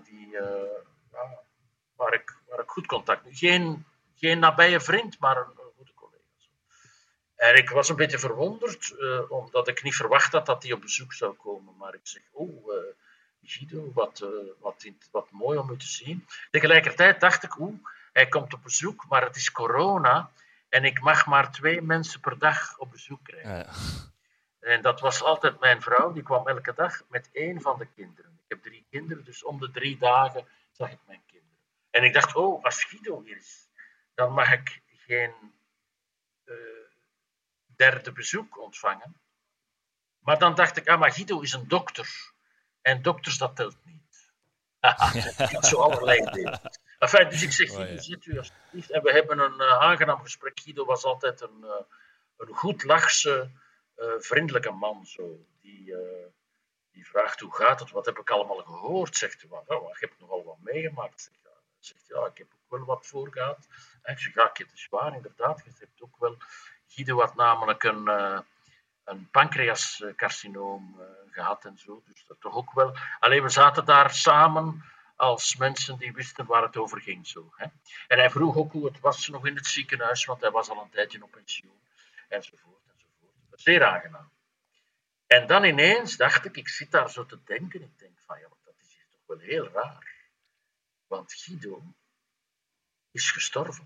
waar ik goed contact heb. Geen nabije vriend, maar een goede collega. En ik was een beetje verwonderd, omdat ik niet verwacht had dat hij op bezoek zou komen. Maar ik zeg, Guido, wat mooi om u te zien. Tegelijkertijd dacht ik, hij komt op bezoek, maar het is corona en ik mag maar 2 mensen per dag op bezoek krijgen. Ja. En dat was altijd mijn vrouw, die kwam elke dag met 1 van de kinderen. Ik heb 3 kinderen, dus om de 3 dagen zag ik mijn kinderen. En ik dacht, als Guido hier is, dan mag ik geen derde bezoek ontvangen. Maar dan dacht ik, maar Guido is een dokter. En dokters, dat telt niet. Ik zo allerlei dingen. Enfin, dus ik zeg, Guido, zit u alsjeblieft. En we hebben een aangenaam gesprek. Guido was altijd een goed lachse, vriendelijke man. Zo. Die vraagt, hoe gaat het? Wat heb ik allemaal gehoord? Zegt hij, je hebt nogal wat meegemaakt. Zegt, ik heb ook wel wat voor gehad. En ik zeg, het is waar, inderdaad. Je hebt ook wel... Guido had namelijk een pancreascarcinoom gehad en zo. Dus dat toch ook wel... Alleen we zaten daar samen als mensen die wisten waar het over ging. Zo, hè. En hij vroeg ook hoe het was nog in het ziekenhuis, want hij was al een tijdje op pensioen. Enzovoort, enzovoort. Zeer aangenaam. En dan ineens dacht ik zit daar zo te denken. Ik denk van, dat is hier toch wel heel raar. Want Guido is gestorven.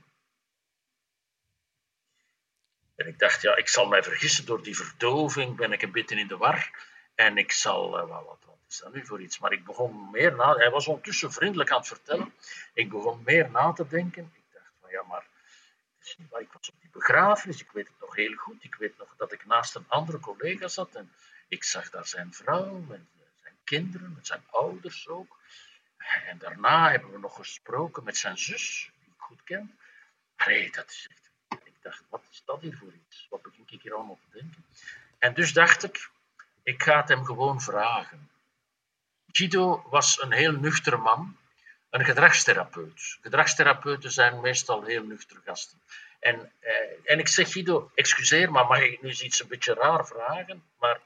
En ik dacht, ik zal mij vergissen door die verdoving, ben ik een beetje in de war. En ik zal, wat is dat nu voor iets? Maar ik begon meer hij was ondertussen vriendelijk aan het vertellen. Ik begon meer na te denken. Ik dacht van, maar het is niet waar. Ik was op die begrafenis, ik weet het nog heel goed. Ik weet nog dat ik naast een andere collega zat en ik zag daar zijn vrouw en zijn kinderen, met zijn ouders ook. En daarna hebben we nog gesproken met zijn zus, die ik goed ken. Dat is echt... Ik dacht, wat is dat hier voor iets? Wat begin ik hier allemaal te denken? En dus dacht ik ga het hem gewoon vragen. Guido was een heel nuchter man, een gedragstherapeut. Gedragstherapeuten zijn meestal heel nuchtere gasten. En ik zeg, Guido, excuseer, maar mag ik nu eens iets een beetje raar vragen? Maar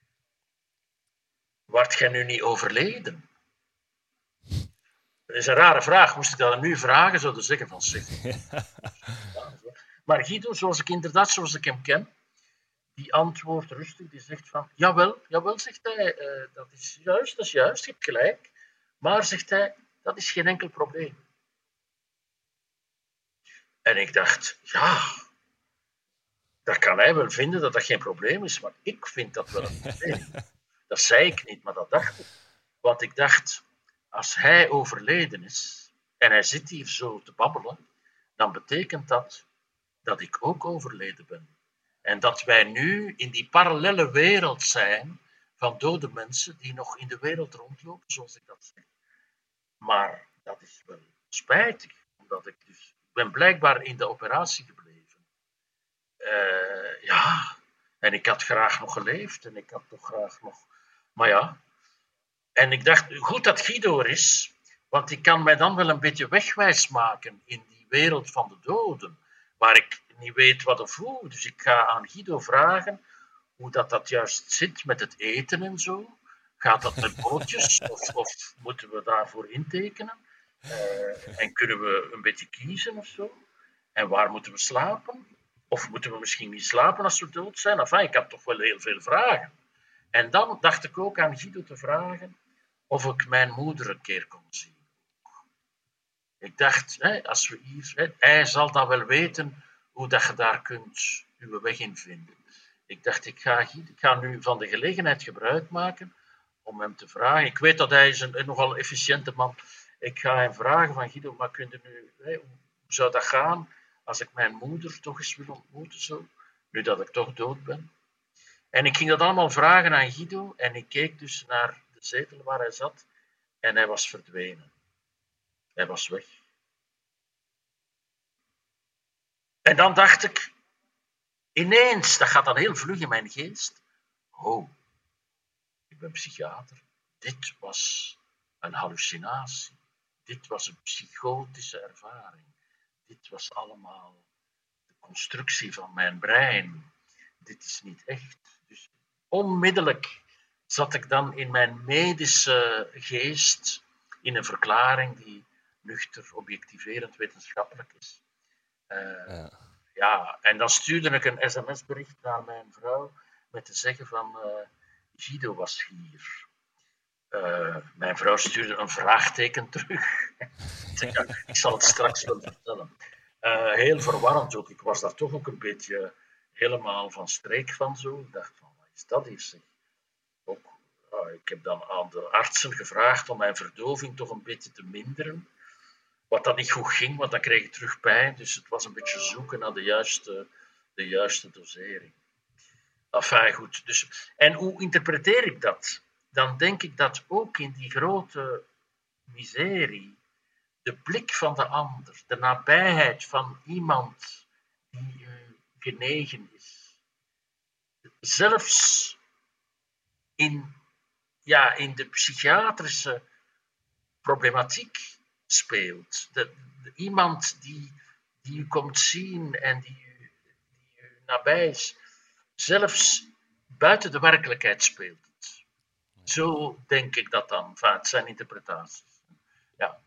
word jij nu niet overleden? Dat is een rare vraag. Moest ik dat nu vragen, zouden ze zeggen van zeg. Maar Guido, zoals ik hem ken, die antwoordt rustig, die zegt van, jawel, zegt hij, dat is juist, je hebt gelijk. Maar, zegt hij, dat is geen enkel probleem. En ik dacht, ja, dat kan hij wel vinden dat dat geen probleem is, maar ik vind dat wel een probleem. Dat zei ik niet, maar dat dacht ik. Want ik dacht, als hij overleden is en hij zit hier zo te babbelen, dan betekent dat dat ik ook overleden ben. En dat wij nu in die parallele wereld zijn van dode mensen die nog in de wereld rondlopen, zoals ik dat zeg. Maar dat is wel spijtig, omdat ik ben blijkbaar in de operatie gebleven. Ja, en ik had graag nog geleefd en ik had toch graag nog... Maar ja, en ik dacht, goed dat Guido er is, want die kan mij dan wel een beetje wegwijs maken in die wereld van de doden, waar ik niet weet wat of hoe. Dus ik ga aan Guido vragen hoe dat juist zit met het eten en zo. Gaat dat met bootjes of moeten we daarvoor intekenen? En kunnen we een beetje kiezen of zo? En waar moeten we slapen? Of moeten we misschien niet slapen als we dood zijn? Enfin, ik had toch wel heel veel vragen. En dan dacht ik ook aan Guido te vragen of ik mijn moeder een keer kon zien. Ik dacht, als we hier... hij zal dan wel weten hoe dat je daar kunt uw weg in vinden. Ik dacht, ik ga nu van de gelegenheid gebruik maken om hem te vragen. Ik weet dat hij is een nogal efficiënte man. Ik ga hem vragen van Guido, maar kun je nu... hoe zou dat gaan als ik mijn moeder toch eens wil ontmoeten, zo? Nu dat ik toch dood ben. En ik ging dat allemaal vragen aan Guido en ik keek dus naar de zetel waar hij zat en hij was verdwenen. Hij was weg. En dan dacht ik, ineens, dat gaat dan heel vlug in mijn geest, oh, ik ben psychiater. Dit was een hallucinatie. Dit was een psychotische ervaring. Dit was allemaal de constructie van mijn brein. Dit is niet echt. Dus onmiddellijk zat ik dan in mijn medische geest in een verklaring die nuchter, objectiverend, wetenschappelijk is. Ja, en dan stuurde ik een sms-bericht naar mijn vrouw met te zeggen van Guido was hier. Mijn vrouw stuurde een vraagteken terug. Ik zal het straks wel vertellen. Heel verwarrend ook. Ik was daar toch ook een beetje helemaal van streek van zo. Ik dacht van, wat is dat hier zeg? Ook, ik heb dan aan de artsen gevraagd om mijn verdoving toch een beetje te minderen. Wat dat niet goed ging, want dan kreeg ik terug pijn. Dus het was een beetje zoeken naar de juiste dosering. Enfin, goed. Dus, en hoe interpreteer ik dat? Dan denk ik dat ook in die grote miserie de blik van de ander, de nabijheid van iemand die u genegen is, zelfs in de psychiatrische problematiek speelt. Iemand die u komt zien en die u nabij is, zelfs buiten de werkelijkheid speelt het. Zo denk ik dat dan. Enfin, het zijn interpretaties. Ja.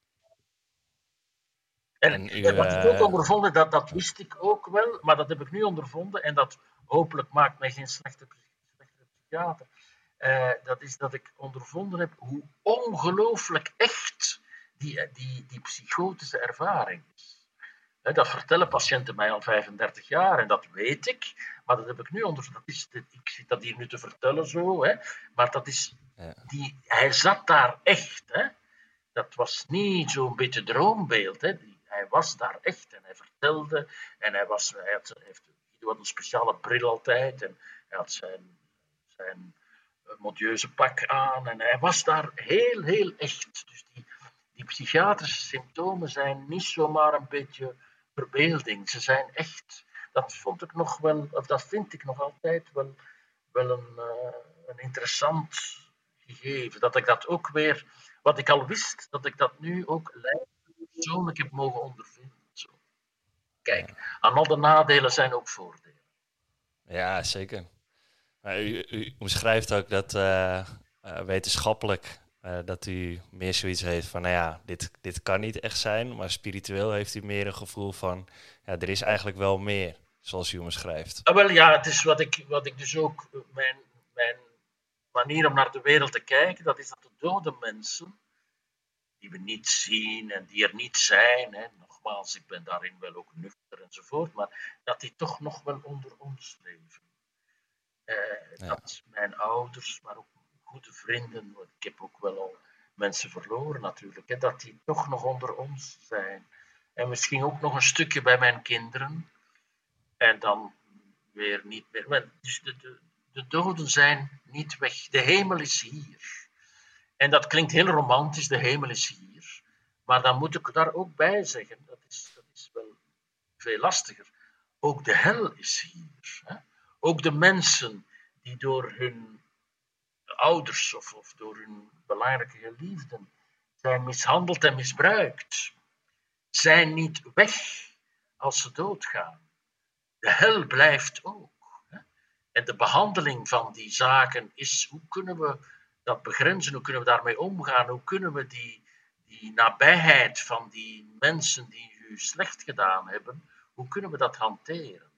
En wat ik ook ondervonden, dat wist ik ook wel, maar dat heb ik nu ondervonden en dat hopelijk maakt mij geen slechte psychiater. Dat is dat ik ondervonden heb hoe ongelooflijk echt die psychotische ervaring is. Dat vertellen patiënten mij al 35 jaar en dat weet ik, maar dat heb ik nu ondervonden. Ik zit dat hier nu te vertellen zo, maar dat is... hij zat daar echt. Dat was niet zo'n beetje droombeeld. Hij was daar echt en hij vertelde en hij had een speciale bril altijd en hij had zijn modieuze pak aan en hij was daar heel, heel echt. Dus die psychiatrische symptomen zijn niet zomaar een beetje verbeelding, ze zijn echt. Dat vond ik nog wel, of dat vind ik nog altijd wel een interessant gegeven. Dat ik dat ook weer, wat ik al wist, dat ik dat nu ook persoonlijk heb mogen ondervinden. Zo. Kijk, aan al de nadelen zijn ook voordelen. Ja, zeker. Maar u omschrijft ook dat wetenschappelijk dat u meer zoiets heeft van, nou ja, dit kan niet echt zijn, maar spiritueel heeft u meer een gevoel van, ja, er is eigenlijk wel meer, zoals u omschrijft. Wel ja, het is wat ik dus ook, mijn manier om naar de wereld te kijken, dat is dat de dode mensen, die we niet zien en die er niet zijn, hè, nogmaals, ik ben daarin wel ook nuchter enzovoort, maar dat die toch nog wel onder ons leven. Dat mijn ouders, maar ook goede vrienden, want ik heb ook wel al mensen verloren natuurlijk, hè, dat die toch nog onder ons zijn. En misschien ook nog een stukje bij mijn kinderen. En dan weer niet meer. Maar dus de doden zijn niet weg. De hemel is hier. En dat klinkt heel romantisch, de hemel is hier. Maar dan moet ik daar ook bij zeggen, dat is wel veel lastiger. Ook de hel is hier. Hè? Ook de mensen die door hun ouders of door hun belangrijke geliefden zijn mishandeld en misbruikt, zijn niet weg als ze doodgaan. De hel blijft ook. Hè? En de behandeling van die zaken is, hoe kunnen we dat begrenzen, hoe kunnen we daarmee omgaan, hoe kunnen we die nabijheid van die mensen die u slecht gedaan hebben, hoe kunnen we dat hanteren?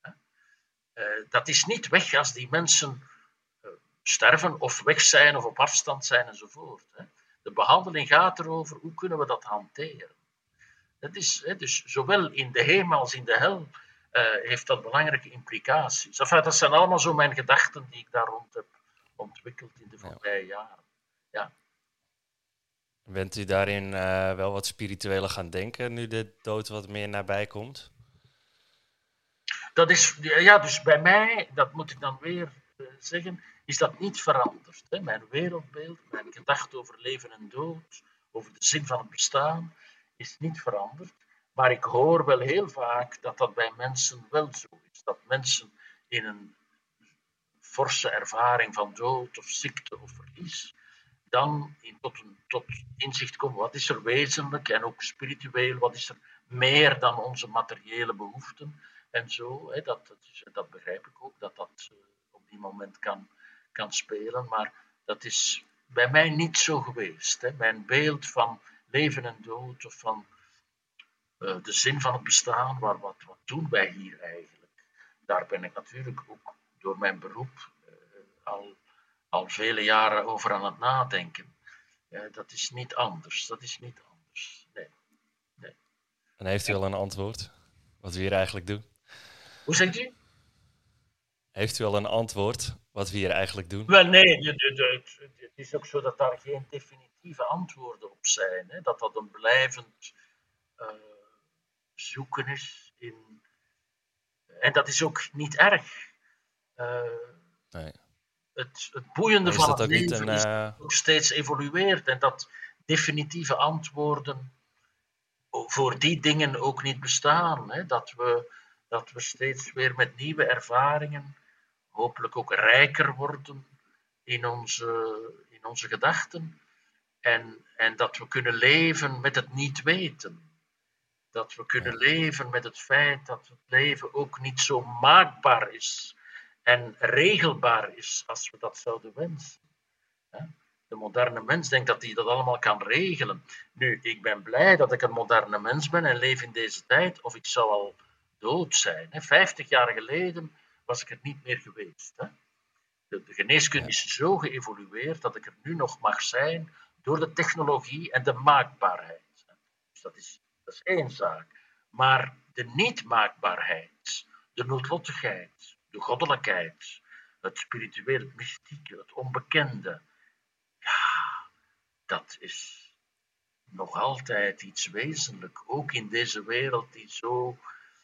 Dat is niet weg als die mensen sterven of weg zijn of op afstand zijn enzovoort. Hè. De behandeling gaat erover hoe kunnen we dat hanteren. Dat is, dus zowel in de hemel als in de hel heeft dat belangrijke implicaties. Enfin, dat zijn allemaal zo mijn gedachten die ik daar rond heb ontwikkeld in de voorbije jaren. Ja. Bent u daarin wel wat spiritueler gaan denken nu de dood wat meer nabij komt? Dat is, ja, dus bij mij, dat moet ik dan weer zeggen, is dat niet veranderd. Hè. Mijn wereldbeeld, mijn gedachte over leven en dood, over de zin van het bestaan, is niet veranderd. Maar ik hoor wel heel vaak dat dat bij mensen wel zo is. Dat mensen in een forse ervaring van dood of ziekte of verlies dan tot inzicht komen. Wat is er wezenlijk en ook spiritueel? Wat is er meer dan onze materiële behoeften? En zo, hè, dat begrijp ik ook, dat dat op die moment kan spelen. Maar dat is bij mij niet zo geweest. Hè. Mijn beeld van leven en dood, of van de zin van het bestaan, wat doen wij hier eigenlijk? Daar ben ik natuurlijk ook door mijn beroep al vele jaren over aan het nadenken. Dat is niet anders. Dat is niet anders. Nee. En heeft u al een antwoord wat we hier eigenlijk doen? Hoe zegt u? Heeft u al een antwoord wat we hier eigenlijk doen? Wel, nee. Het is ook zo dat daar geen definitieve antwoorden op zijn. Hè? Dat een blijvend zoeken is in. En dat is ook niet erg. Nee. Het boeiende van het leven is een, dat het ook steeds evolueert en dat definitieve antwoorden voor die dingen ook niet bestaan. Hè? Dat we steeds weer met nieuwe ervaringen hopelijk ook rijker worden in onze gedachten en dat we kunnen leven met het niet weten. Dat we kunnen leven met het feit dat het leven ook niet zo maakbaar is en regelbaar is als we dat zouden wensen. De moderne mens denkt dat hij dat allemaal kan regelen. Nu, ik ben blij dat ik een moderne mens ben en leef in deze tijd, of ik zou al dood zijn. 50 jaar geleden was ik er niet meer geweest. De geneeskunde is zo geëvolueerd dat ik er nu nog mag zijn door de technologie en de maakbaarheid. Dus dat is één zaak. Maar de niet-maakbaarheid, de noodlottigheid, de goddelijkheid, het spirituele, het mystieke, het onbekende, ja, dat is nog altijd iets wezenlijk. Ook in deze wereld die zo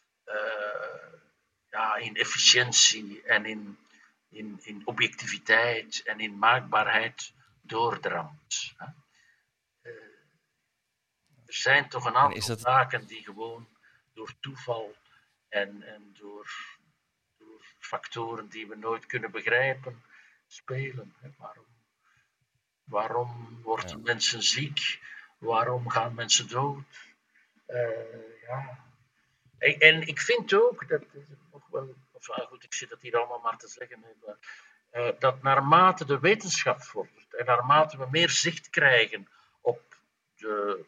in efficiëntie en in objectiviteit en in maakbaarheid doordrangt. Er zijn toch een aantal zaken die gewoon door toeval en door factoren die we nooit kunnen begrijpen spelen. Waarom Waarom worden ja, mensen ziek? Waarom gaan mensen dood? Ja. En ik vind ook, dat is nog wel, goed, ik zit het hier allemaal maar te zeggen, dat naarmate de wetenschap vordert en naarmate we meer zicht krijgen op de,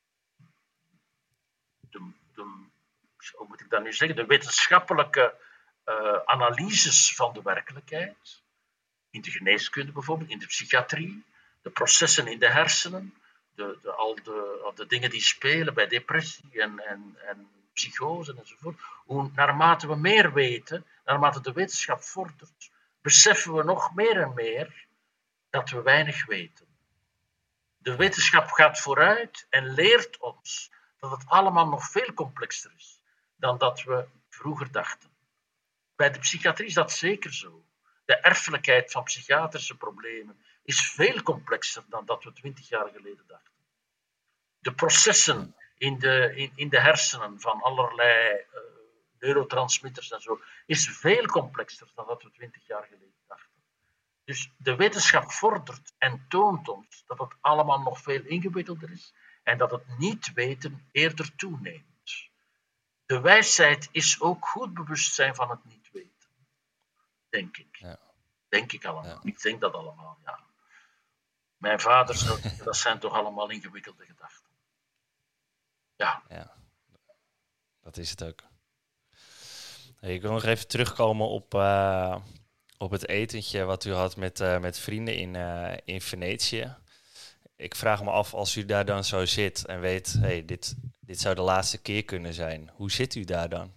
de hoe moet ik dat nu zeggen, de wetenschappelijke analyses van de werkelijkheid, in de geneeskunde bijvoorbeeld, in de psychiatrie, de processen in de hersenen, al de dingen die spelen bij depressie en psychose enzovoort. Naarmate we meer weten, naarmate de wetenschap vordert, beseffen we nog meer en meer dat we weinig weten. De ja, wetenschap gaat vooruit en leert ons dat het allemaal nog veel complexer is dan dat we vroeger dachten. Bij de psychiatrie is dat zeker zo. De erfelijkheid van psychiatrische problemen is veel complexer dan dat we 20 jaar geleden dachten. De processen in de hersenen van allerlei neurotransmitters en zo is veel complexer dan dat we 20 jaar geleden dachten. Dus de wetenschap vordert en toont ons dat het allemaal nog veel ingewikkelder is en dat het niet weten eerder toeneemt. De wijsheid is ook goed bewustzijn van het niet weten, denk ik. ja, Denk ik ja, allemaal. Ik denk dat allemaal, ja. Mijn vader zou zeggen, dat zijn toch allemaal ingewikkelde gedachten. Ja. ja, dat is het ook. Hey, ik wil nog even terugkomen op het etentje wat u had met vrienden in Venetië. Ik vraag me af, als u daar dan zo zit en weet, hey, dit zou de laatste keer kunnen zijn. Hoe zit u daar dan?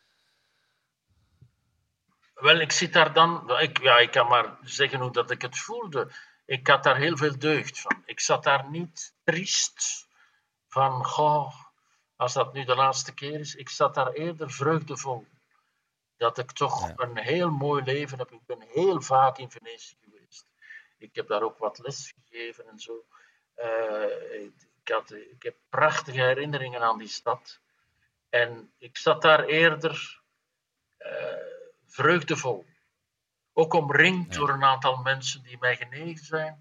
Wel, ik zit daar dan... ik kan maar zeggen hoe dat ik het voelde. Ik had daar heel veel deugd van. Ik zat daar niet triest van, goh, als dat nu de laatste keer is. Ik zat daar eerder vreugdevol. Dat ik toch Ja, een heel mooi leven heb. Ik ben heel vaak in Venetië geweest. Ik heb daar ook wat les gegeven en zo. Ik heb prachtige herinneringen aan die stad. En ik zat daar eerder vreugdevol. Ook omringd ja, door een aantal mensen die mij genegen zijn.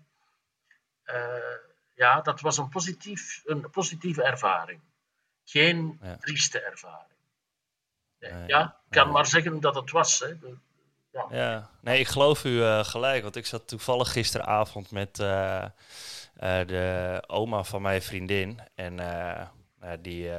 Ja, dat was een positieve ervaring. Geen ja, trieste ervaring. nee, Ja, ik kan nee. maar zeggen hoe dat het was. Hè. Ja. Ja, nee, ik geloof u gelijk, want ik zat toevallig gisteravond met de oma van mijn vriendin. En die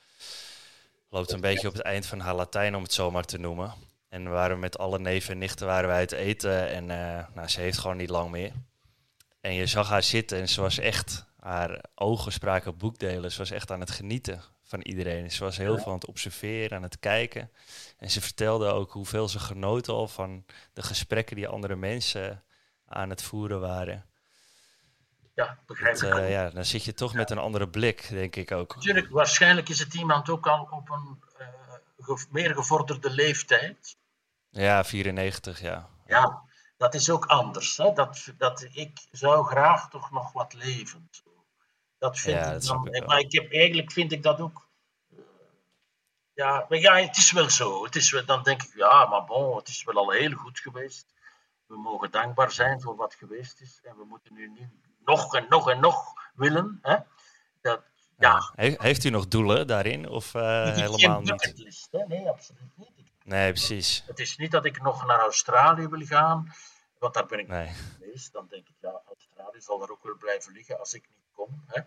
loopt een beetje op het eind van haar Latijn, om het zo maar te noemen. En we waren met alle neven en nichten waren wij het eten en ze heeft gewoon niet lang meer. En je zag haar zitten en ze was echt, haar ogen spraken boekdelen. Ze was echt aan het genieten van iedereen. Ze was heel veel aan het observeren, aan het kijken. En ze vertelde ook hoeveel ze genoten al van de gesprekken die andere mensen aan het voeren waren. Ja, begrijpelijk. Ja, dan zit je toch met een andere blik, denk ik ook. Natuurlijk, waarschijnlijk is het iemand ook al op een meer gevorderde leeftijd. Ja, 94, ja. Ja, Ja, dat is ook anders. Hè? Ik zou graag toch nog wat leven. Zo. Dat vind ja, ik dat snap dan. ik wel. Maar eigenlijk vind ik dat ook. Ja, maar ja, het is wel zo. Dan denk ik, ja, maar bon, het is wel al heel goed geweest. We mogen dankbaar zijn voor wat geweest is. En we moeten nu niet nog en nog en nog willen. Hè? Dat, Ja. ja, Heeft u nog doelen daarin of ik heb geen helemaal niet? bucketlist. Hè? Nee, absoluut niet. Nee, precies. Het is niet dat ik nog naar Australië wil gaan, want daar ben ik Nee. geweest. Dan denk ik, ja, Australië zal er ook wel blijven liggen als ik niet kom. Hè.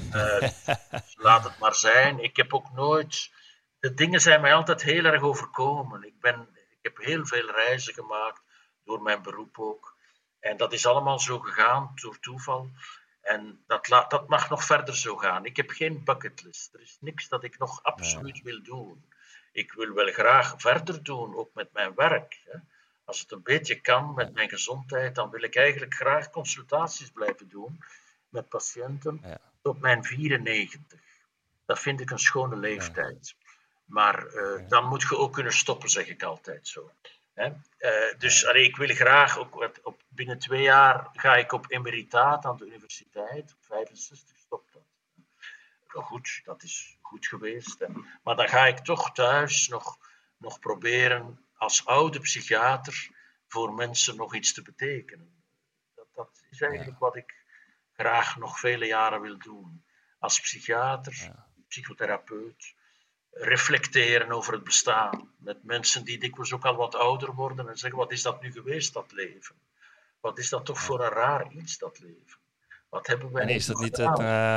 Dus laat het maar zijn. Ik heb ook nooit... De dingen zijn mij altijd heel erg overkomen. Ik heb heel veel reizen gemaakt, door mijn beroep ook. En dat is allemaal zo gegaan, door toeval. En dat mag nog verder zo gaan. Ik heb geen bucketlist. Er is niks dat ik nog Nee. absoluut wil doen. Ik wil wel graag verder doen, ook met mijn werk. Hè. Als het een beetje kan Ja. met mijn gezondheid, dan wil ik eigenlijk graag consultaties blijven doen met patiënten Ja. tot mijn 94. Dat vind ik een schone Ja. leeftijd. Maar Ja. dan moet je ook kunnen stoppen, zeg ik altijd zo. Hè? Dus Ja. ik wil graag, ook binnen 2 jaar ga ik op emeritaat aan de universiteit. Op 65 stopt dat. Goed, dat is goed geweest. Maar dan ga ik toch thuis nog proberen als oude psychiater voor mensen nog iets te betekenen. Dat is Ja. eigenlijk wat ik graag nog vele jaren wil doen. Als psychiater, psychotherapeut, reflecteren over het bestaan. Met mensen die dikwijls ook al wat ouder worden en zeggen, wat is dat nu geweest, dat leven? Wat is dat toch voor een raar iets, dat leven? Wat hebben wij En is dat niet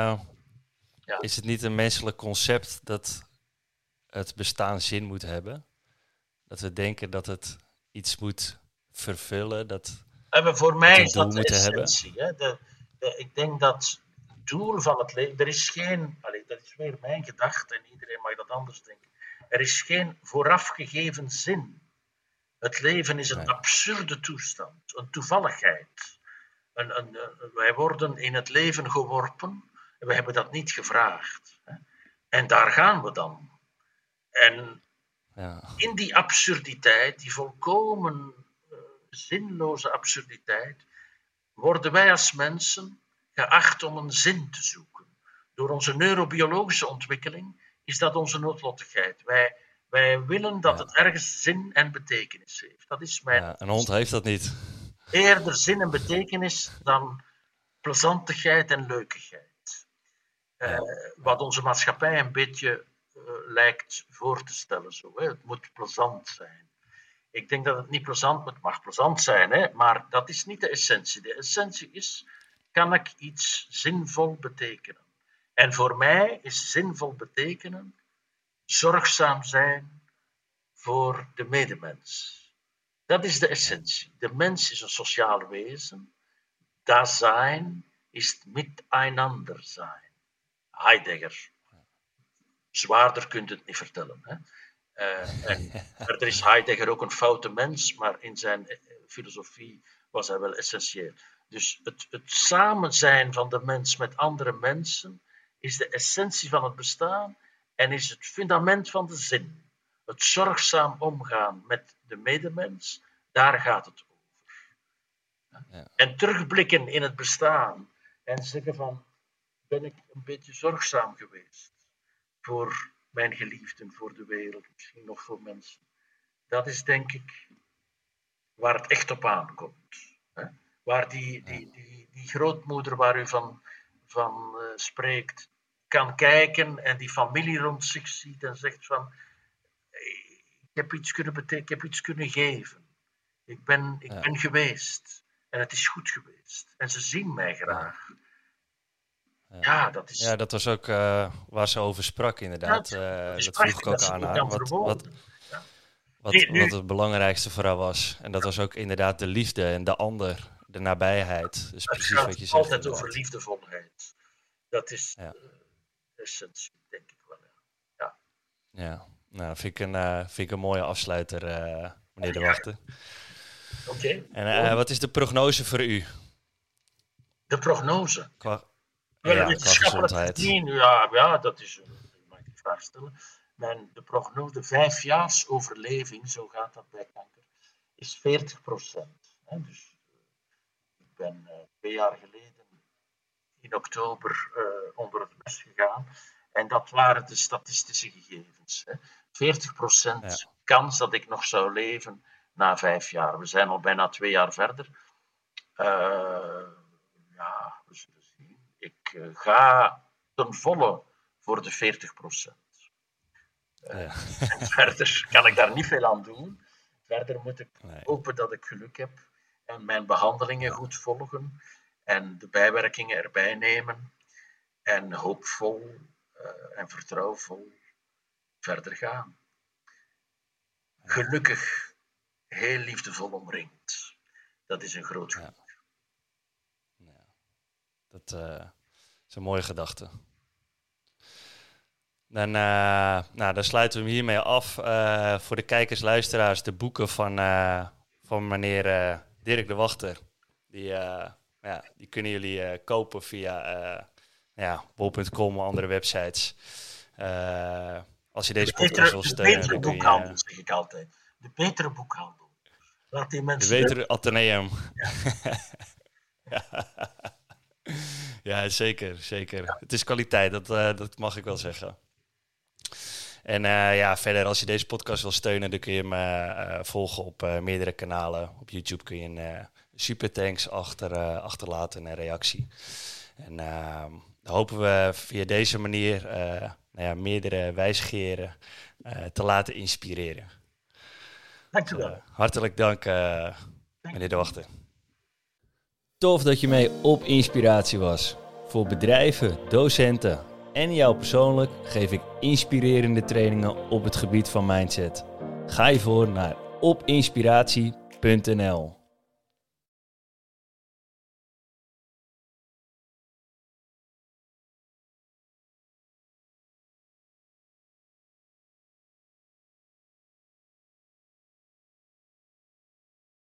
is het niet een menselijk concept dat het bestaan zin moet hebben? Dat we denken dat het iets moet vervullen, dat voor mij is dat de essentie. Hè? Ik denk dat het doel van het leven... Er is geen... dat is weer mijn gedachte en iedereen mag dat anders denken. Er is geen voorafgegeven zin. Het leven is een absurde toestand, een toevalligheid. Wij worden in het leven geworpen en we hebben dat niet gevraagd. Hè? En daar gaan we dan. En in die absurditeit, die volkomen zinloze absurditeit, worden wij als mensen geacht om een zin te zoeken. Door onze neurobiologische ontwikkeling is dat onze noodlottigheid. Wij willen dat het ergens zin en betekenis heeft. Dat is mijn... een hond heeft dat niet. Eerder zin en betekenis dan plezantigheid en leukigheid. Wat onze maatschappij een beetje lijkt voor te stellen. Zo, hè. Het moet plezant zijn. Ik denk dat het niet plezant moet. Het mag plezant zijn, hè, maar dat is niet de essentie. De essentie is, kan ik iets zinvol betekenen? En voor mij is zinvol betekenen zorgzaam zijn voor de medemens. Dat is de essentie. De mens is een sociaal wezen. Dasein ist miteinander zijn. Heidegger. Zwaarder kunt het niet vertellen. Hè? En verder is Heidegger ook een foute mens, maar in zijn filosofie was hij wel essentieel. Dus het samen zijn van de mens met andere mensen is de essentie van het bestaan en is het fundament van de zin. Het zorgzaam omgaan met de medemens, daar gaat het over. Ja. En terugblikken in het bestaan en zeggen van, ben ik een beetje zorgzaam geweest voor mijn geliefden, voor de wereld, misschien nog voor mensen. Dat is denk ik waar het echt op aankomt. Hè? Waar die grootmoeder waar u van spreekt, kan kijken en die familie rond zich ziet en zegt van, ik heb iets kunnen betekenen, ik heb iets kunnen geven. Ik ben geweest en het is goed geweest. En ze zien mij graag. Ja, dat is... Ja, dat was ook waar ze over sprak, inderdaad. Dat vroeg ik ook aan haar. Wat het belangrijkste voor haar was. En dat was ook inderdaad de liefde en de ander, de nabijheid. Dus precies wat je zegt. Het gaat altijd inderdaad. over liefdevolheid. Dat is de essentie, denk ik wel. Ja, nou, vind ik een mooie afsluiter, meneer De Wachter. Oké. En wat is de prognose voor u? De prognose? Qua gezondheid. Ja, dat is... mag ik vraag stellen. De prognose, de 5-jaars-overleving, zo gaat dat bij kanker, is 40%. Hè? Dus ik ben 2 jaar geleden in oktober onder het mes gegaan. En dat waren de statistische gegevens. Hè? 40% kans dat ik nog zou leven na 5 jaar. We zijn al bijna 2 jaar verder. We zullen zien. Ik ga ten volle voor de 40%. En verder kan ik daar niet veel aan doen. Verder moet ik hopen dat ik geluk heb en mijn behandelingen goed volgen en de bijwerkingen erbij nemen en hoopvol en vertrouwvol verder gaan. Gelukkig, heel liefdevol omringd. Dat is een groot geluk. Dat is een mooie gedachte. Dan sluiten we hem hiermee af. Voor de kijkers, luisteraars, de boeken van meneer Dirk De Wachter. Die kunnen jullie kopen via bol.com en andere websites. Als je deze podcast wil steunen... De betere boekhandel, zeg ik altijd. De betere boekhandel. Laat die mensen... De betere Atheneum. Ja, zeker. Ja. Het is kwaliteit, dat mag ik wel zeggen. En verder, als je deze podcast wil steunen, dan kun je me volgen op meerdere kanalen. Op YouTube kun je een super thanks achterlaten en een reactie. En hopen we via deze manier meerdere wijsgeren te laten inspireren. Dank u wel. Hartelijk dank, meneer De Wachter. Tof dat je mee op Inspiratie was. Voor bedrijven, docenten en jou persoonlijk geef ik inspirerende trainingen op het gebied van mindset. Ga je voor naar opinspiratie.nl.